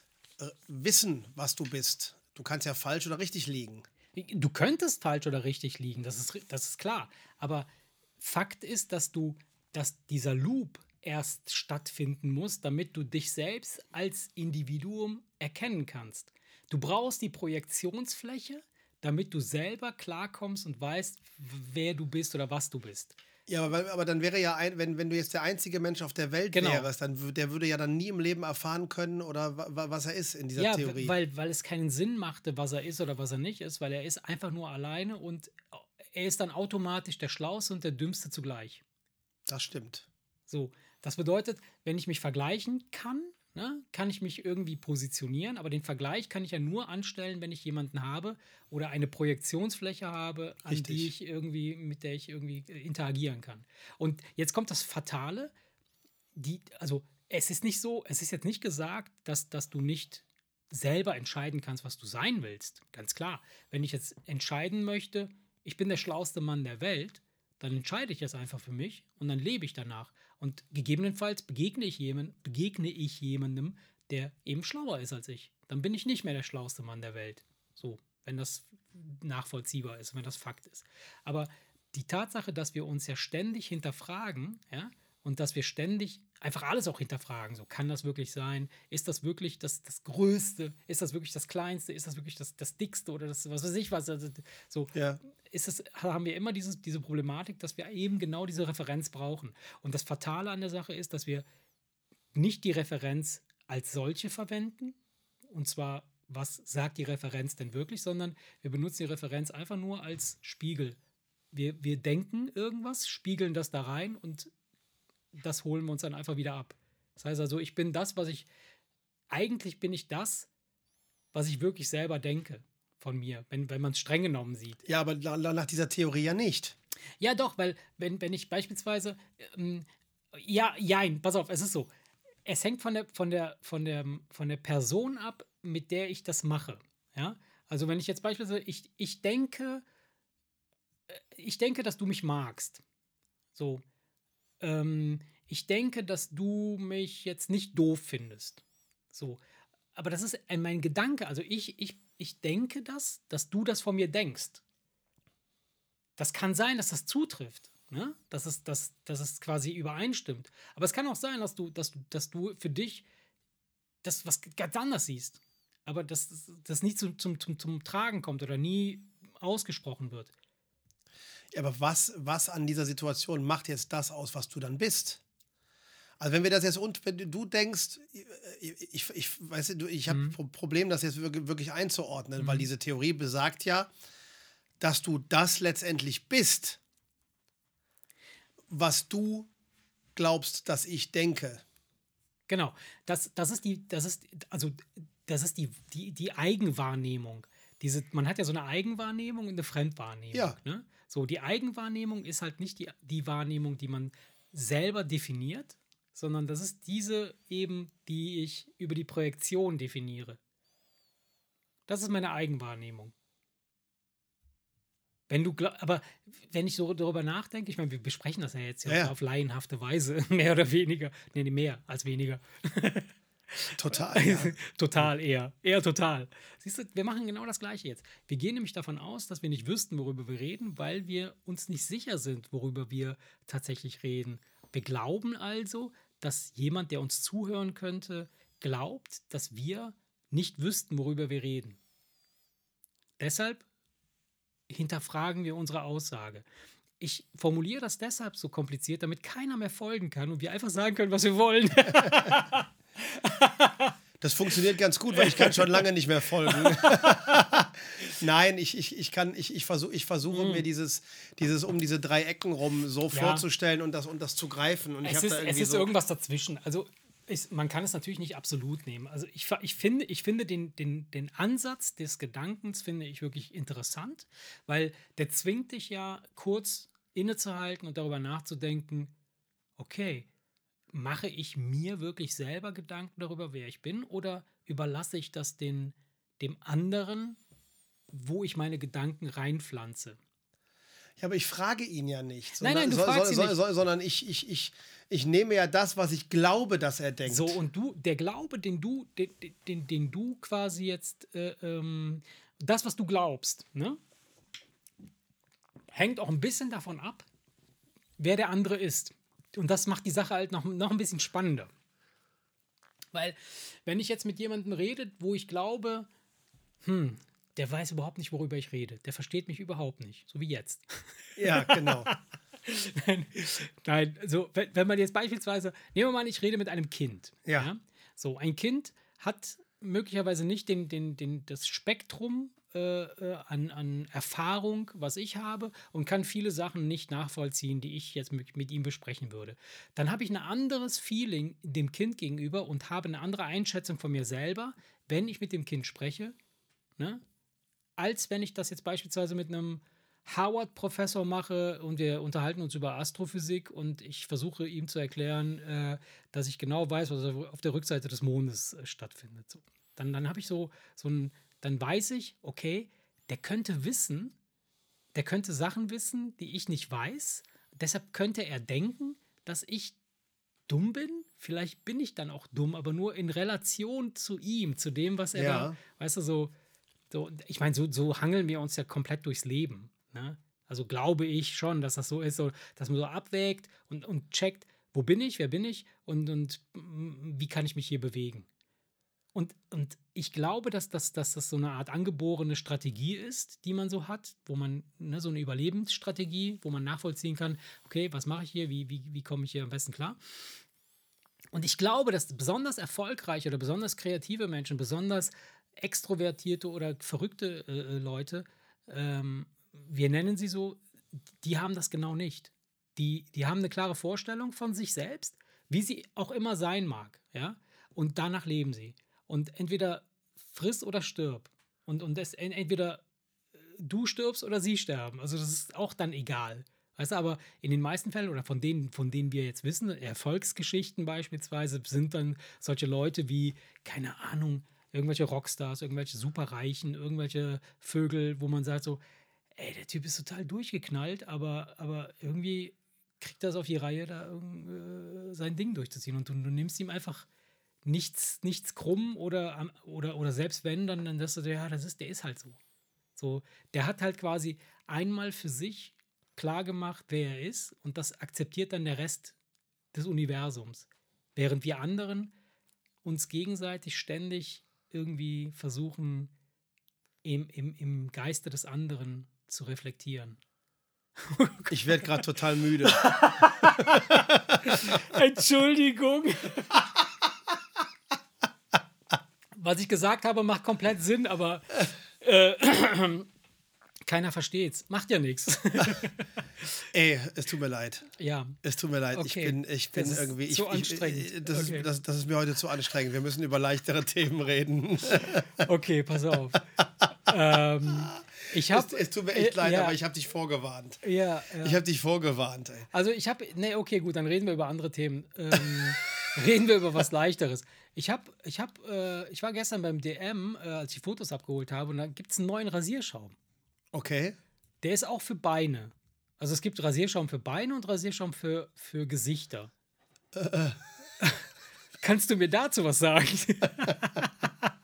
wissen, was du bist? Du kannst ja falsch oder richtig liegen. Du könntest falsch oder richtig liegen, das ist klar. Aber Fakt ist, dass dieser Loop erst stattfinden muss, damit du dich selbst als Individuum erkennen kannst. Du brauchst die Projektionsfläche, damit du selber klarkommst und weißt, wer du bist oder was du bist. Ja, aber dann wäre ja, wenn du jetzt der einzige Mensch auf der Welt wärst, der würde ja dann nie im Leben erfahren können, oder was er ist in dieser Theorie. Ja, weil es keinen Sinn machte, was er ist oder was er nicht ist, weil er ist einfach nur alleine und er ist dann automatisch der Schlauste und der Dümmste zugleich. Das stimmt. So, das bedeutet, wenn ich mich vergleichen kann, ne, kann ich mich irgendwie positionieren, aber den Vergleich kann ich ja nur anstellen, wenn ich jemanden habe oder eine Projektionsfläche habe, mit der ich irgendwie interagieren kann. Und jetzt kommt das Fatale, also es ist jetzt nicht gesagt, dass du nicht selber entscheiden kannst, was du sein willst. Ganz klar. Wenn ich jetzt entscheiden möchte, ich bin der schlauste Mann der Welt, dann entscheide ich es einfach für mich und dann lebe ich danach. Und gegebenenfalls begegne ich jemandem, der eben schlauer ist als ich. Dann bin ich nicht mehr der schlauste Mann der Welt. So, wenn das nachvollziehbar ist, wenn das Fakt ist. Aber die Tatsache, dass wir uns ja ständig hinterfragen, ja, und dass wir ständig einfach alles auch hinterfragen. So, kann das wirklich sein? Ist das wirklich das Größte? Ist das wirklich das Kleinste? Ist das wirklich das Dickste oder das, was weiß ich was? Also, so, ja. Haben wir immer diese Problematik, dass wir eben genau diese Referenz brauchen. Und das Fatale an der Sache ist, dass wir nicht die Referenz als solche verwenden. Und zwar, was sagt die Referenz denn wirklich? Sondern wir benutzen die Referenz einfach nur als Spiegel. Wir denken irgendwas, spiegeln das da rein und das holen wir uns dann einfach wieder ab. Das heißt also, eigentlich bin ich das, was ich wirklich selber denke von mir, wenn man es streng genommen sieht. Ja, aber nach dieser Theorie ja nicht. Ja, doch, weil wenn ich beispielsweise, pass auf, es ist so, es hängt von der Person ab, mit der ich das mache. Ja? Also wenn ich jetzt beispielsweise, ich denke, dass du mich magst. So, ich denke, dass du mich jetzt nicht doof findest. So. Aber das ist mein Gedanke. Also ich denke dass du das von mir denkst. Das kann sein, dass das zutrifft. Ne? Dass es quasi übereinstimmt. Aber es kann auch sein, dass du für dich das was ganz anders siehst. Aber dass das nie zum Tragen kommt oder nie ausgesprochen wird. Ja, aber was an dieser Situation macht jetzt das aus, was du dann bist? Also wenn wir das jetzt, und wenn du denkst, ich habe ein Problem, das jetzt wirklich einzuordnen, weil diese Theorie besagt ja, dass du das letztendlich bist, was du glaubst, dass ich denke. Genau, das ist die Eigenwahrnehmung. Man hat ja so eine Eigenwahrnehmung und eine Fremdwahrnehmung. Ja. Ne? So, die Eigenwahrnehmung ist halt nicht die Wahrnehmung, die man selber definiert, sondern das ist diese eben, die ich über die Projektion definiere. Das ist meine Eigenwahrnehmung. Aber wenn ich so darüber nachdenke, ich meine, wir besprechen das ja jetzt Ja. auf laienhafte Weise, mehr oder weniger. Nee, mehr als weniger. Total. Ja. Total eher. Eher total. Siehst du, wir machen genau das Gleiche jetzt. Wir gehen nämlich davon aus, dass wir nicht wüssten, worüber wir reden, weil wir uns nicht sicher sind, worüber wir tatsächlich reden. Wir glauben also, dass jemand, der uns zuhören könnte, glaubt, dass wir nicht wüssten, worüber wir reden. Deshalb hinterfragen wir unsere Aussage. Ich formuliere das deshalb so kompliziert, damit keiner mehr folgen kann und wir einfach sagen können, was wir wollen. Das funktioniert ganz gut, weil ich kann schon lange nicht mehr folgen. Nein, ich versuche mir dieses um diese 3 Ecken rum so vorzustellen und das zu greifen. Und es ist irgendwas dazwischen. Also man kann es natürlich nicht absolut nehmen. Also ich finde den Ansatz des Gedankens finde ich wirklich interessant, weil der zwingt dich ja kurz innezuhalten und darüber nachzudenken, okay, mache ich mir wirklich selber Gedanken darüber, wer ich bin, oder überlasse ich das dem anderen, wo ich meine Gedanken reinpflanze? Ja, aber ich frage ihn ja nicht. Nein, du fragst ihn nicht. Sondern ich nehme ja das, was ich glaube, dass er denkt. So, und der Glaube, den du quasi jetzt, das, was du glaubst, ne, hängt auch ein bisschen davon ab, wer der andere ist. Und das macht die Sache halt noch ein bisschen spannender. Weil, wenn ich jetzt mit jemandem rede, wo ich glaube, der weiß überhaupt nicht, worüber ich rede. Der versteht mich überhaupt nicht. So wie jetzt. Ja, genau. Nein, so, wenn man jetzt beispielsweise, nehmen wir mal an, ich rede mit einem Kind. Ja. So, ein Kind hat möglicherweise nicht das Spektrum an Erfahrung, was ich habe, und kann viele Sachen nicht nachvollziehen, die ich jetzt mit ihm besprechen würde. Dann habe ich ein anderes Feeling dem Kind gegenüber und habe eine andere Einschätzung von mir selber, wenn ich mit dem Kind spreche, ne, als wenn ich das jetzt beispielsweise mit einem Harvard-Professor mache und wir unterhalten uns über Astrophysik und ich versuche ihm zu erklären, dass ich genau weiß, was auf der Rückseite des Mondes stattfindet. So. Dann habe ich dann weiß ich, okay, der könnte Sachen wissen, die ich nicht weiß. Deshalb könnte er denken, dass ich dumm bin. Vielleicht bin ich dann auch dumm, aber nur in Relation zu ihm, zu dem, was er da, weißt du, so ich meine, so hangeln wir uns ja komplett durchs Leben. Ne? Also glaube ich schon, dass das so ist, so, dass man so abwägt und checkt, wo bin ich, wer bin ich und wie kann ich mich hier bewegen. Und ich glaube, dass das so eine Art angeborene Strategie ist, die man so hat, wo man, ne, so eine Überlebensstrategie, wo man nachvollziehen kann, okay, was mache ich hier, wie komme ich hier am besten klar? Und ich glaube, dass besonders erfolgreiche oder besonders kreative Menschen, besonders extrovertierte oder verrückte Leute, wir nennen sie so, die haben das genau nicht. Die haben eine klare Vorstellung von sich selbst, wie sie auch immer sein mag, ja, und danach leben sie. Und entweder friss oder stirb. Und entweder du stirbst oder sie sterben. Also das ist auch dann egal. Weißt du, aber in den meisten Fällen oder von denen wir jetzt wissen, Erfolgsgeschichten beispielsweise, sind dann solche Leute wie, keine Ahnung, irgendwelche Rockstars, irgendwelche Superreichen, irgendwelche Vögel, wo man sagt so, ey, der Typ ist total durchgeknallt, aber irgendwie kriegt das auf die Reihe, da sein Ding durchzuziehen. Und du nimmst ihm einfach nichts krumm oder selbst wenn, dann sagst du, ja, der ist halt so. So, der hat halt quasi einmal für sich klar gemacht, wer er ist, und das akzeptiert dann der Rest des Universums. Während wir anderen uns gegenseitig ständig irgendwie versuchen, im Geiste des anderen zu reflektieren. Ich werde gerade total müde. Entschuldigung. Was ich gesagt habe, macht komplett Sinn, aber keiner versteht's. Macht ja nichts. Ey, es tut mir leid. Ja. Es tut mir leid. Okay. Ich bin das irgendwie. Ist zu anstrengend. Das ist mir heute zu anstrengend. Wir müssen über leichtere Themen reden. Okay, pass auf. Es tut mir echt leid, aber ich habe dich vorgewarnt. Ja. Ich habe dich vorgewarnt, ey. Also okay, gut, dann reden wir über andere Themen. Reden wir über was Leichteres. Ich war gestern beim DM, als ich Fotos abgeholt habe, und da gibt es einen neuen Rasierschaum. Okay. Der ist auch für Beine. Also es gibt Rasierschaum für Beine und Rasierschaum für Gesichter. Kannst du mir dazu was sagen?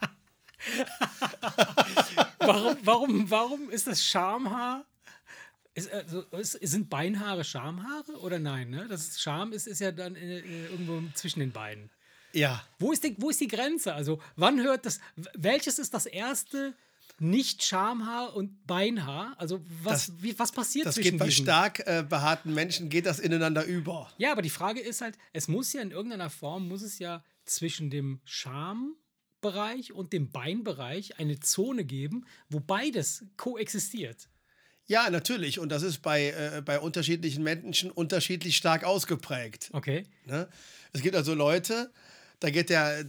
Warum ist das Schamhaar Sind Beinhaare Schamhaare oder nein? Ne? Scham ist ja dann irgendwo zwischen den Beinen. Ja. Wo ist die Grenze? Also, wann hört das? Welches ist das erste Nicht-Schamhaar und Beinhaar? Also, was passiert Das zwischen geht bei diesen? stark behaarten Menschen, geht das ineinander über. Ja, aber die Frage ist halt, es muss ja in irgendeiner Form, muss es ja zwischen dem Schambereich und dem Beinbereich eine Zone geben, wo beides koexistiert. Ja, natürlich. Und das ist bei unterschiedlichen Menschen unterschiedlich stark ausgeprägt. Okay. Ne? Es gibt also Leute, da geht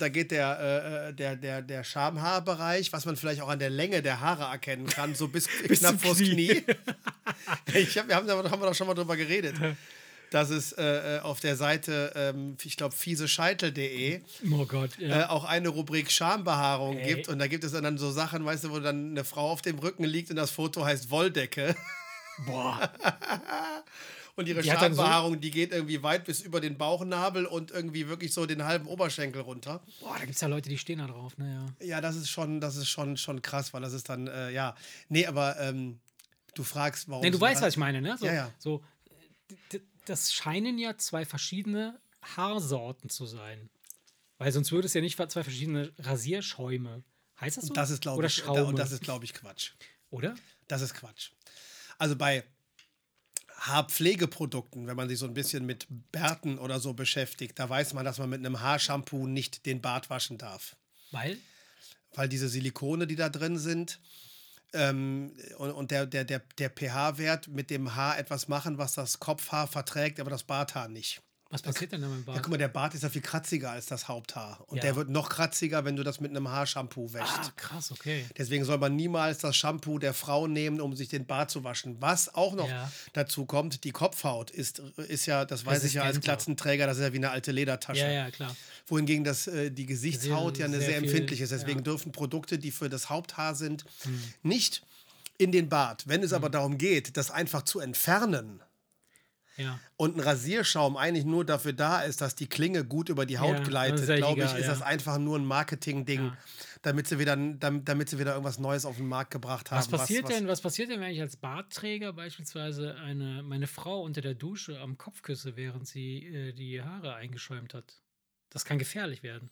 der Schamhaarbereich, was man vielleicht auch an der Länge der Haare erkennen kann, so bis knapp vors Knie. Haben wir doch schon mal drüber geredet. Dass es auf der Seite, ich glaube, fiesescheitel.de Oh Gott, ja. auch eine Rubrik Schambehaarung gibt. Und da gibt es dann so Sachen, weißt du, wo dann eine Frau auf dem Rücken liegt und das Foto heißt Wolldecke. Boah. Und ihre Die hat dann Schambehaarung, die geht irgendwie weit bis über den Bauchnabel und irgendwie wirklich so den halben Oberschenkel runter. Boah, da gibt es ja Leute, die stehen da drauf, ne? Ja. Ja, das ist schon krass, weil das ist dann, ja. Nee, aber du fragst, warum. Nee, du weißt, was ich meine, ne? So, Ja. So, das scheinen ja zwei verschiedene Haarsorten zu sein. Weil sonst würde es ja nicht zwei verschiedene Rasierschäume. Heißt das so? Das ist, glaube Oder ich, Schraume. das ist, glaube ich, Quatsch. Oder? Das ist Quatsch. Also bei Haarpflegeprodukten, wenn man sich so ein bisschen mit Bärten oder so beschäftigt, da weiß man, dass man mit einem Haarshampoo nicht den Bart waschen darf. Weil? Weil diese Silikone, die da drin sind, und der pH-Wert mit dem Haar etwas machen, was das Kopfhaar verträgt, aber das Barthaar nicht. Was passiert denn da mit dem Bart? Ja, guck mal, der Bart ist ja viel kratziger als das Haupthaar. Und Ja. der wird noch kratziger, wenn du das mit einem Haarshampoo wäschst. Ah, krass, okay. Deswegen soll man niemals das Shampoo der Frau nehmen, um sich den Bart zu waschen. Was auch noch dazu kommt, die Kopfhaut ist ja, das weiß ich ja als Glatzenträger, das ist ja wie eine alte Ledertasche. Ja, klar. Wohingegen die Gesichtshaut ja eine sehr empfindlich ist. Deswegen ja. dürfen Produkte, die für das Haupthaar sind, nicht in den Bart. Wenn es aber darum geht, das einfach zu entfernen, Ja. und ein Rasierschaum eigentlich nur dafür da ist, dass die Klinge gut über die Haut Ja, gleitet, das ist glaube ich, egal, ist ja. das einfach nur ein Marketing-Ding, Ja. damit sie wieder irgendwas Neues auf den Markt gebracht haben. Was passiert denn, wenn ich als Bartträger beispielsweise meine Frau unter der Dusche am Kopf küsse, während sie die Haare eingeschäumt hat? Das kann gefährlich werden.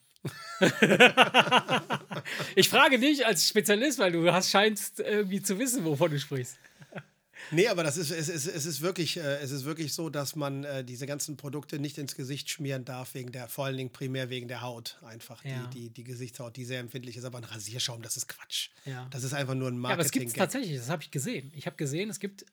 Ich frage dich als Spezialist, weil du scheinst irgendwie zu wissen, wovon du sprichst. Nee, aber es ist wirklich so, dass man diese ganzen Produkte nicht ins Gesicht schmieren darf, vor allen Dingen primär wegen der Haut. Einfach Ja. die Gesichtshaut, die sehr empfindlich ist. Aber ein Rasierschaum, das ist Quatsch. Ja. Das ist einfach nur ein Ja, aber es gibt Marketing-Gag. tatsächlich, das habe ich gesehen. Ich habe gesehen, es gibt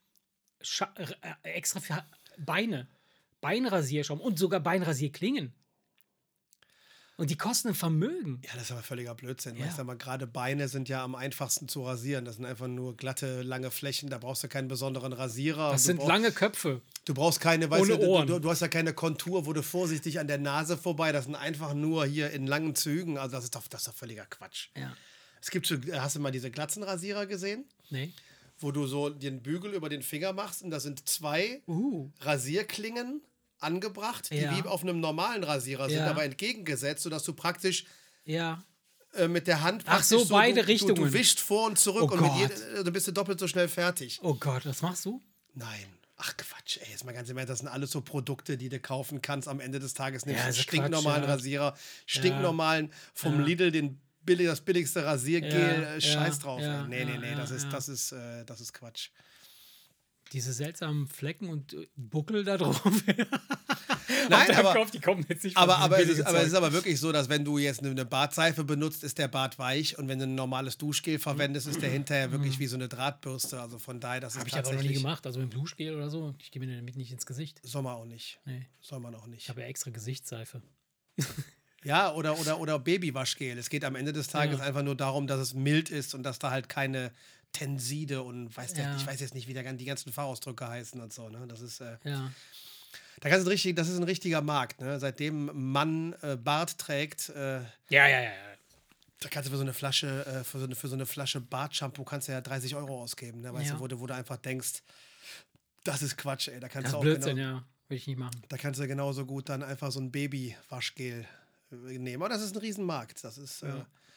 extra für Beinrasierschaum und sogar Beinrasierklingen. Und die kosten ein Vermögen. Ja, das ist aber völliger Blödsinn. Ja. Weißt du, aber gerade Beine sind ja am einfachsten zu rasieren. Das sind einfach nur glatte, lange Flächen. Da brauchst du keinen besonderen Rasierer. Das sind lange Köpfe. Du brauchst keine, weißt Ohne du, Ohren. du hast ja keine Kontur, wo du vorsichtig an der Nase vorbei. Das sind einfach nur hier in langen Zügen. Also das ist doch völliger Quatsch. Ja. Es gibt hast du mal diese Glatzenrasierer gesehen? Nee. Wo du so den Bügel über den Finger machst und da sind zwei Rasierklingen angebracht, die Ja. wie auf einem normalen Rasierer sind, Ja. aber entgegengesetzt, sodass du praktisch Ja. mit der Hand Ach so, beide Richtungen. Du wischst vor und zurück Oh und Gott. dann bist du doppelt so schnell fertig. Oh Gott, was machst du? Nein. Ach Quatsch, ey, jetzt mal ganz im Ernst, das sind alles so Produkte, die du kaufen kannst. Am Ende des Tages nimmst Ja, du einen ist stinknormalen Quatsch, ja. Rasierer, stinknormalen vom Lidl, das billigste Rasiergel, Ja, Scheiß drauf. ja, ey. Nee, ja, das ja. ist Quatsch. Diese seltsamen Flecken und Buckel da drauf. Nein, aber, Kopf, die kommen jetzt nicht von aber es diesem ist billigen Zeug. aber wirklich so, dass wenn du jetzt eine Bartseife benutzt, ist der Bart weich und wenn du ein normales Duschgel verwendest, ist der hinterher wirklich wie so eine Drahtbürste. Also von daher, das ist Habe ich aber noch nie tatsächlich... gemacht. Also mit dem Duschgel oder so. Ich gebe mir damit nicht ins Gesicht. Soll man auch nicht. Nee. Soll man auch Ich nicht. habe ja extra Gesichtsseife. Ja, oder Babywaschgel. Es geht am Ende des Tages einfach nur darum, dass es mild ist und dass da halt keine Tenside und ich weiß jetzt nicht, wie die ganzen Fachausdrücke heißen und so. Ne? Das ist, Ja. das ist ein richtiger Markt. Ne? Seitdem Mann Bart trägt, Ja. da kannst du für so eine Flasche, für so eine Flasche Bartshampoo kannst du ja 30 € ausgeben. Ne? Weißt Ja. du, wo du einfach denkst, das ist Quatsch, ey. Da kannst Das du ist auch Blödsinn, genau, ja. Will ich nicht machen. da kannst du genauso gut dann einfach so ein Babywaschgel nehmen. Aber das ist ein Riesenmarkt. Das ist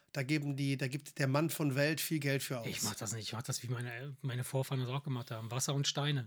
Da gibt der Mann von Welt viel Geld für aus. Ich mach das nicht. Ich mach das, wie meine Vorfahren das auch gemacht haben. Wasser und Steine.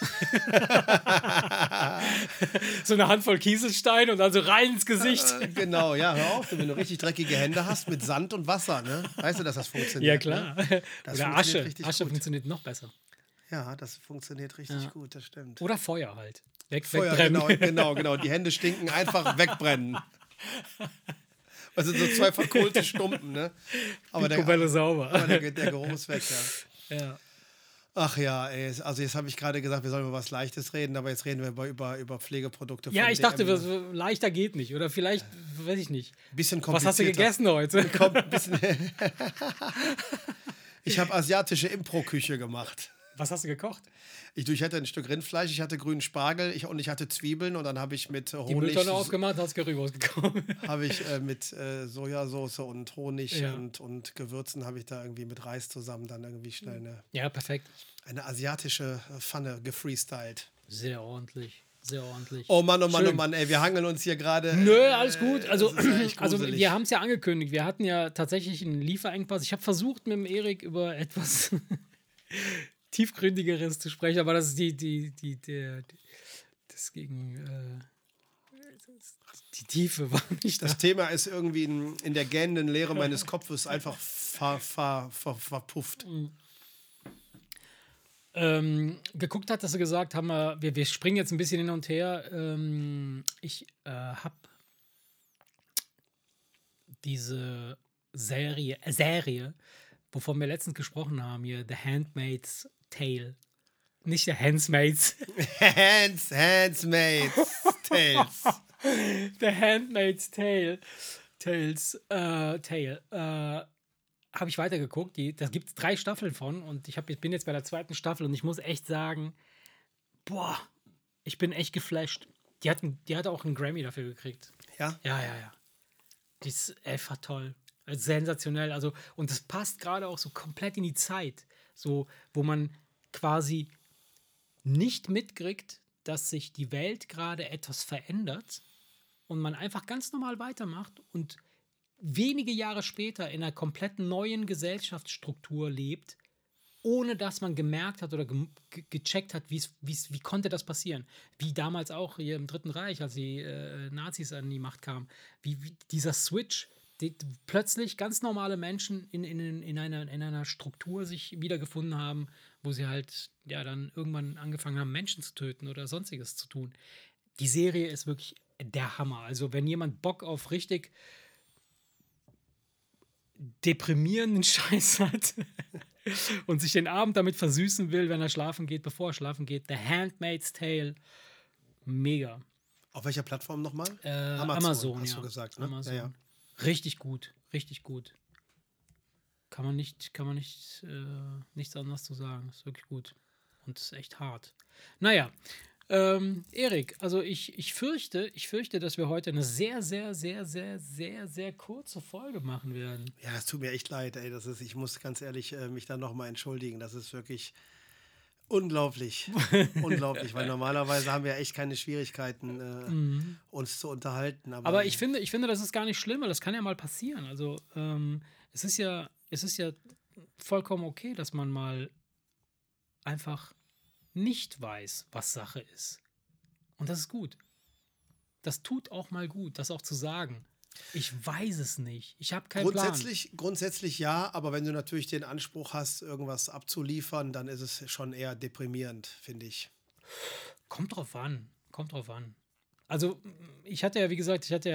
So eine Handvoll Kieselsteine und dann so rein ins Gesicht. Genau, ja, hör auf. Wenn du richtig dreckige Hände hast mit Sand und Wasser, ne? Weißt du, dass das funktioniert? Ja, klar. Ne? Das Oder funktioniert Asche. richtig Asche gut. funktioniert noch besser. Ja, das funktioniert richtig gut, das stimmt. Oder Feuer halt. Feuer, Wegbrennen. genau. Die Hände stinken, einfach wegbrennen. Also so zwei verkohlte Stumpen, ne? Aber Picobello sauber. der Geruch ist weg, ja. Ja. Ach ja, ey, also jetzt habe ich gerade gesagt, wir sollen über was Leichtes reden, aber jetzt reden wir über Pflegeprodukte von Ja, ich dachte, DM. so leichter geht nicht. Oder vielleicht, weiß ich nicht. Bisschen Was hast du komplizierter. gegessen heute? Ich habe asiatische Impro-Küche gemacht. Was hast du gekocht? Ich hatte ein Stück Rindfleisch, ich hatte grünen Spargel und ich hatte Zwiebeln und dann habe ich mit Die Honig, Mülltonne aufgemacht, hast Curry rausgekommen. habe ich mit Sojasauce und Honig Ja. und Gewürzen habe ich da irgendwie mit Reis zusammen dann irgendwie schnell Ja, perfekt. eine asiatische Pfanne gefreestylt. Sehr ordentlich. Sehr ordentlich. Oh Mann, Schön. ey, wir hangeln uns hier gerade. Nö, alles gut. Also, das ist ja echt also gruselig. wir haben es ja angekündigt. Wir hatten ja tatsächlich einen Lieferengpass. Ich habe versucht, mit dem Erik über etwas tiefgründigeres zu sprechen, aber das ist das gegen die Tiefe war nicht da. Das Thema ist irgendwie in der gähnenden Leere meines Kopfes einfach verpufft. Geguckt hat, dass sie gesagt haben, wir springen jetzt ein bisschen hin und her. Ich habe diese Serie, wovon wir letztens gesprochen haben, hier, The Handmaid's Tale. Nicht The Handmaid's. Handsmaids Tales. The Handmaid's Tale. Habe ich weitergeguckt. Da gibt es 3 Staffeln von und ich bin jetzt bei der 2. Staffel und ich muss echt sagen, boah, ich bin echt geflasht. Die hat auch einen Grammy dafür gekriegt. Ja? Ja. Die ist einfach toll. Also sensationell. Also, und das passt gerade auch so komplett in die Zeit. So, wo man quasi nicht mitkriegt, dass sich die Welt gerade etwas verändert und man einfach ganz normal weitermacht und wenige Jahre später in einer komplett neuen Gesellschaftsstruktur lebt, ohne dass man gemerkt hat oder gecheckt hat, wie konnte das passieren. Wie damals auch hier im Dritten Reich, als die Nazis an die Macht kamen. Wie dieser Switch, plötzlich ganz normale Menschen in einer Struktur sich wiedergefunden haben, wo sie halt ja dann irgendwann angefangen haben, Menschen zu töten oder sonstiges zu tun. Die Serie ist wirklich der Hammer. Also wenn jemand Bock auf richtig deprimierenden Scheiß hat und sich den Abend damit versüßen will, wenn er schlafen geht, bevor er schlafen geht, The Handmaid's Tale, mega. Auf welcher Plattform nochmal? Amazon, hast ja. du gesagt, ne? Amazon. Ja. Richtig gut. Kann man nicht nichts anderes zu sagen. Ist wirklich gut. Und ist echt hart. Naja, Erik, also ich fürchte, dass wir heute eine sehr, sehr, sehr, sehr, sehr, sehr kurze Folge machen werden. Ja, es tut mir echt leid, ey. Ich muss ganz ehrlich mich da nochmal entschuldigen. Das ist wirklich unglaublich. Unglaublich, weil normalerweise haben wir echt keine Schwierigkeiten, uns zu unterhalten. Aber ich finde, das ist gar nicht schlimm, weil das kann ja mal passieren. Also es ist ja vollkommen okay, dass man mal einfach nicht weiß, was Sache ist. Und das ist gut. Das tut auch mal gut, das auch zu sagen. Ich weiß es nicht. Ich habe keinen Plan. Grundsätzlich ja, aber wenn du natürlich den Anspruch hast, irgendwas abzuliefern, dann ist es schon eher deprimierend, finde ich. Kommt drauf an. Also ich hatte ja, wie gesagt, jetzt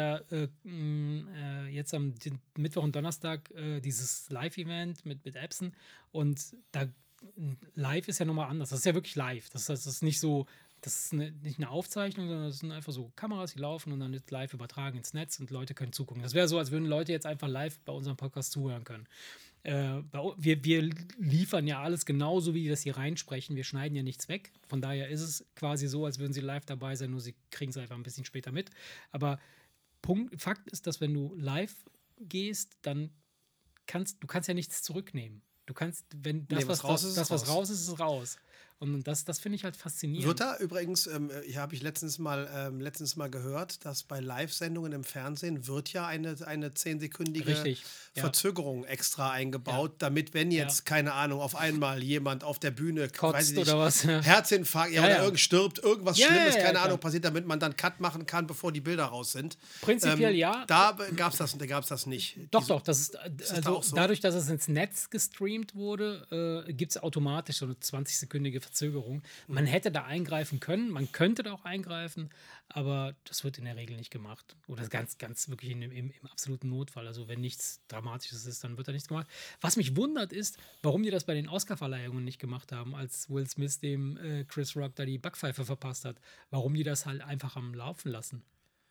am Mittwoch und Donnerstag dieses Live-Event mit Epson und da live ist ja nochmal anders. Das ist ja wirklich live. Das ist nicht so, das ist nicht eine Aufzeichnung, sondern das sind einfach so Kameras, die laufen und dann wird live übertragen ins Netz und Leute können zugucken. Das wäre so, als würden Leute jetzt einfach live bei unserem Podcast zuhören können. Wir liefern ja alles genauso, wie wir das hier reinsprechen. Wir schneiden ja nichts weg. Von daher ist es quasi so, als würden sie live dabei sein, nur sie kriegen es einfach ein bisschen später mit. Aber Fakt ist, dass wenn du live gehst, dann kannst du ja nichts zurücknehmen. Du kannst, wenn was raus ist, ist raus. Und das finde ich halt faszinierend. Wird da übrigens, habe ich letztens mal gehört, dass bei Live-Sendungen im Fernsehen wird ja eine 10-sekündige Richtig, ja. Verzögerung extra eingebaut, damit, wenn jetzt, keine Ahnung, auf einmal jemand auf der Bühne, Kotzt weiß ich nicht, oder was, ja. Herzinfarkt, Ja, oder ja. stirbt, irgendwas Ja, Schlimmes, ja, keine klar. Ahnung, passiert, damit man dann Cut machen kann, bevor die Bilder raus sind. Prinzipiell ja. Da gab es das nicht. Doch, das ist, da also auch so? dadurch, dass es ins Netz gestreamt wurde, gibt es automatisch so eine 20-sekündige Verzögerung. Man hätte da eingreifen können, man könnte da auch eingreifen, aber das wird in der Regel nicht gemacht. Oder ganz, ganz wirklich im absoluten Notfall. Also wenn nichts Dramatisches ist, dann wird da nichts gemacht. Was mich wundert ist, warum die das bei den Oscar-Verleihungen nicht gemacht haben, als Will Smith dem Chris Rock da die Backpfeife verpasst hat. Warum die das halt einfach am Laufen lassen.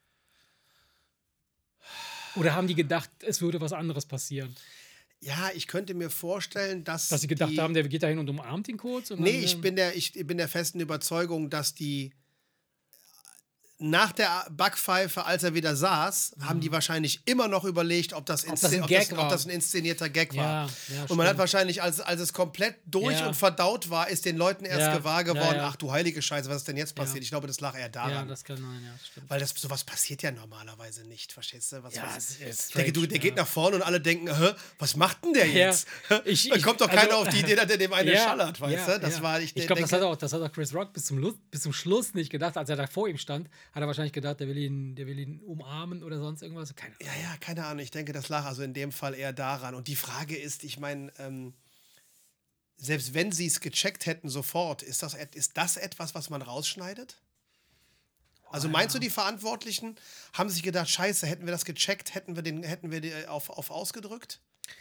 Oder haben die gedacht, es würde was anderes passieren? Ja, ich könnte mir vorstellen, dass sie gedacht haben, der geht da hin und umarmt ihn kurz? Und nee, dann, ich bin der festen Überzeugung, dass die nach der Backpfeife, als er wieder saß, haben die wahrscheinlich immer noch überlegt, ob das ein inszenierter Gag war. Ja, und man hat wahrscheinlich, als es komplett durch und verdaut war, ist den Leuten erst gewahr geworden, ach du heilige Scheiße, was ist denn jetzt passiert? Ich glaube, das lag eher daran. Ja, das kann sein, ja, stimmt. Weil sowas passiert ja normalerweise nicht, verstehst du? Ist der geht nach vorne und alle denken, was macht denn der jetzt? Dann kommt doch keiner auf die Idee, dass der dem eine schallert, weißt du? Ich glaube, das hat auch Chris Rock bis zum Schluss nicht gedacht, als er da vor ihm stand, hat er wahrscheinlich gedacht, der will ihn umarmen oder sonst irgendwas. Keine Ahnung. Ja, keine Ahnung. Ich denke, das lag also in dem Fall eher daran. Und die Frage ist, ich meine, selbst wenn sie es gecheckt hätten sofort, ist das etwas, was man rausschneidet? Also meinst du, die Verantwortlichen haben sich gedacht, scheiße, hätten wir das gecheckt, hätten wir die auf ausgedrückt?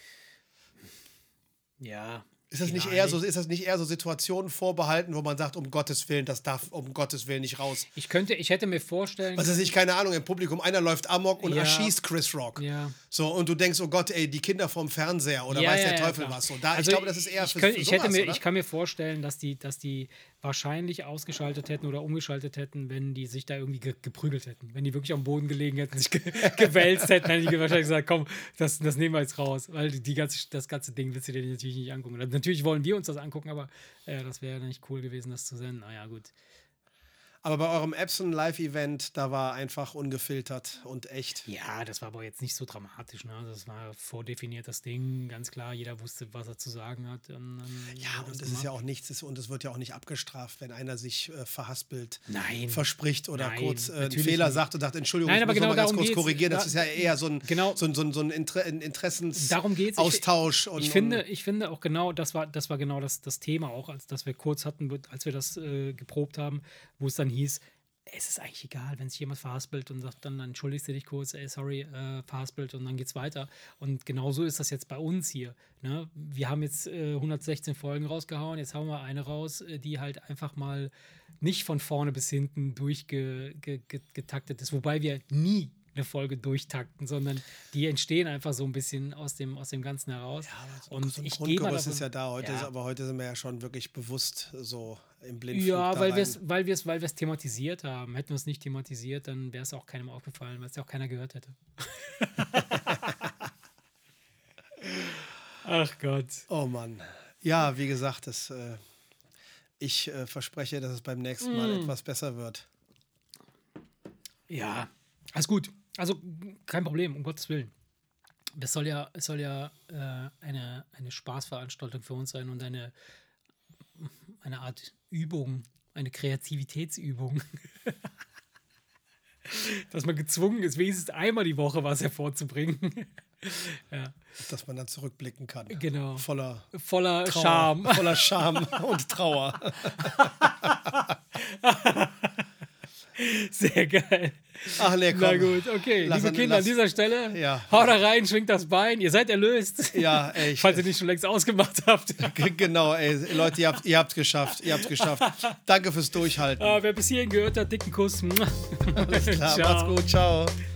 Ja. Ist das nicht eher so Situationen vorbehalten, wo man sagt, um Gottes Willen, das darf um Gottes Willen nicht raus? Ich hätte mir vorstellen... Was ist nicht, keine Ahnung, im Publikum, einer läuft amok und erschießt Chris Rock. Ja. So, und du denkst, oh Gott, ey, die Kinder vom Fernseher oder weiß der Teufel was. So, ich glaube, das ist eher für sowas, oder? Ich kann mir vorstellen, dass die wahrscheinlich ausgeschaltet hätten oder umgeschaltet hätten, wenn die sich da irgendwie geprügelt hätten. Wenn die wirklich am Boden gelegen hätten, sich gewälzt hätten, hätten die wahrscheinlich gesagt, komm, das nehmen wir jetzt raus. Weil das ganze Ding willst du dir natürlich nicht angucken. Natürlich wollen wir uns das angucken, aber das wäre ja nicht cool gewesen, das zu senden. Naja, gut. Aber bei eurem Epson Live-Event, da war einfach ungefiltert und echt. Ja, das war aber jetzt nicht so dramatisch. Ne? Das war vordefiniert das Ding, ganz klar. Jeder wusste, was er zu sagen hat. Und das ist ja auch nichts, und es wird ja auch nicht abgestraft, wenn einer sich verhaspelt, Nein. verspricht oder kurz einen natürlich Fehler nicht. sagt und sagt, Entschuldigung, Nein, ich aber muss genau noch mal ganz darum kurz geht's. korrigieren. Das ist ja eher so ein Darum Interessensaustausch. Ich finde auch genau, das war genau das Thema auch, als das wir kurz hatten, als wir das geprobt haben, wo es dann hieß, es ist eigentlich egal, wenn sich jemand verhaspelt und sagt, dann entschuldigst du dich kurz, sorry, verhaspelt und dann geht's weiter. Und genauso ist das jetzt bei uns hier. Ne? Wir haben jetzt 116 Folgen rausgehauen, jetzt hauen wir eine raus, die halt einfach mal nicht von vorne bis hinten durchgetaktet ist, wobei wir nie eine Folge durchtakten, sondern die entstehen einfach so ein bisschen aus dem Ganzen heraus. Ja, und so ein ich Grundgerüst ist ja da heute, aber heute sind wir ja schon wirklich bewusst so im Blindflug. Ja, weil wir es thematisiert haben. Hätten wir es nicht thematisiert, dann wäre es auch keinem aufgefallen, weil es ja auch keiner gehört hätte. Ach Gott. Oh Mann. Ja, wie gesagt, ich verspreche, dass es beim nächsten Mal etwas besser wird. Ja, alles gut. Also kein Problem, um Gottes Willen. Es soll ja eine Spaßveranstaltung für uns sein und eine Art Übung, eine Kreativitätsübung. Dass man gezwungen ist, wenigstens einmal die Woche was hervorzubringen. Ja. Dass man dann zurückblicken kann. Genau. Voller Trauer. Charme. Voller Charme und Trauer. Sehr geil. Ach nee, komm. Na gut, okay. Liebe Kinder, an dieser Stelle, haut da rein, schwingt das Bein. Ihr seid erlöst. Ja, ey. Falls ihr nicht schon längst ausgemacht habt. Genau, ey. Leute, ihr habt's geschafft. Danke fürs Durchhalten. Wer bis hierhin gehört hat, dicken Kuss. Alles klar, macht's gut. Ciao.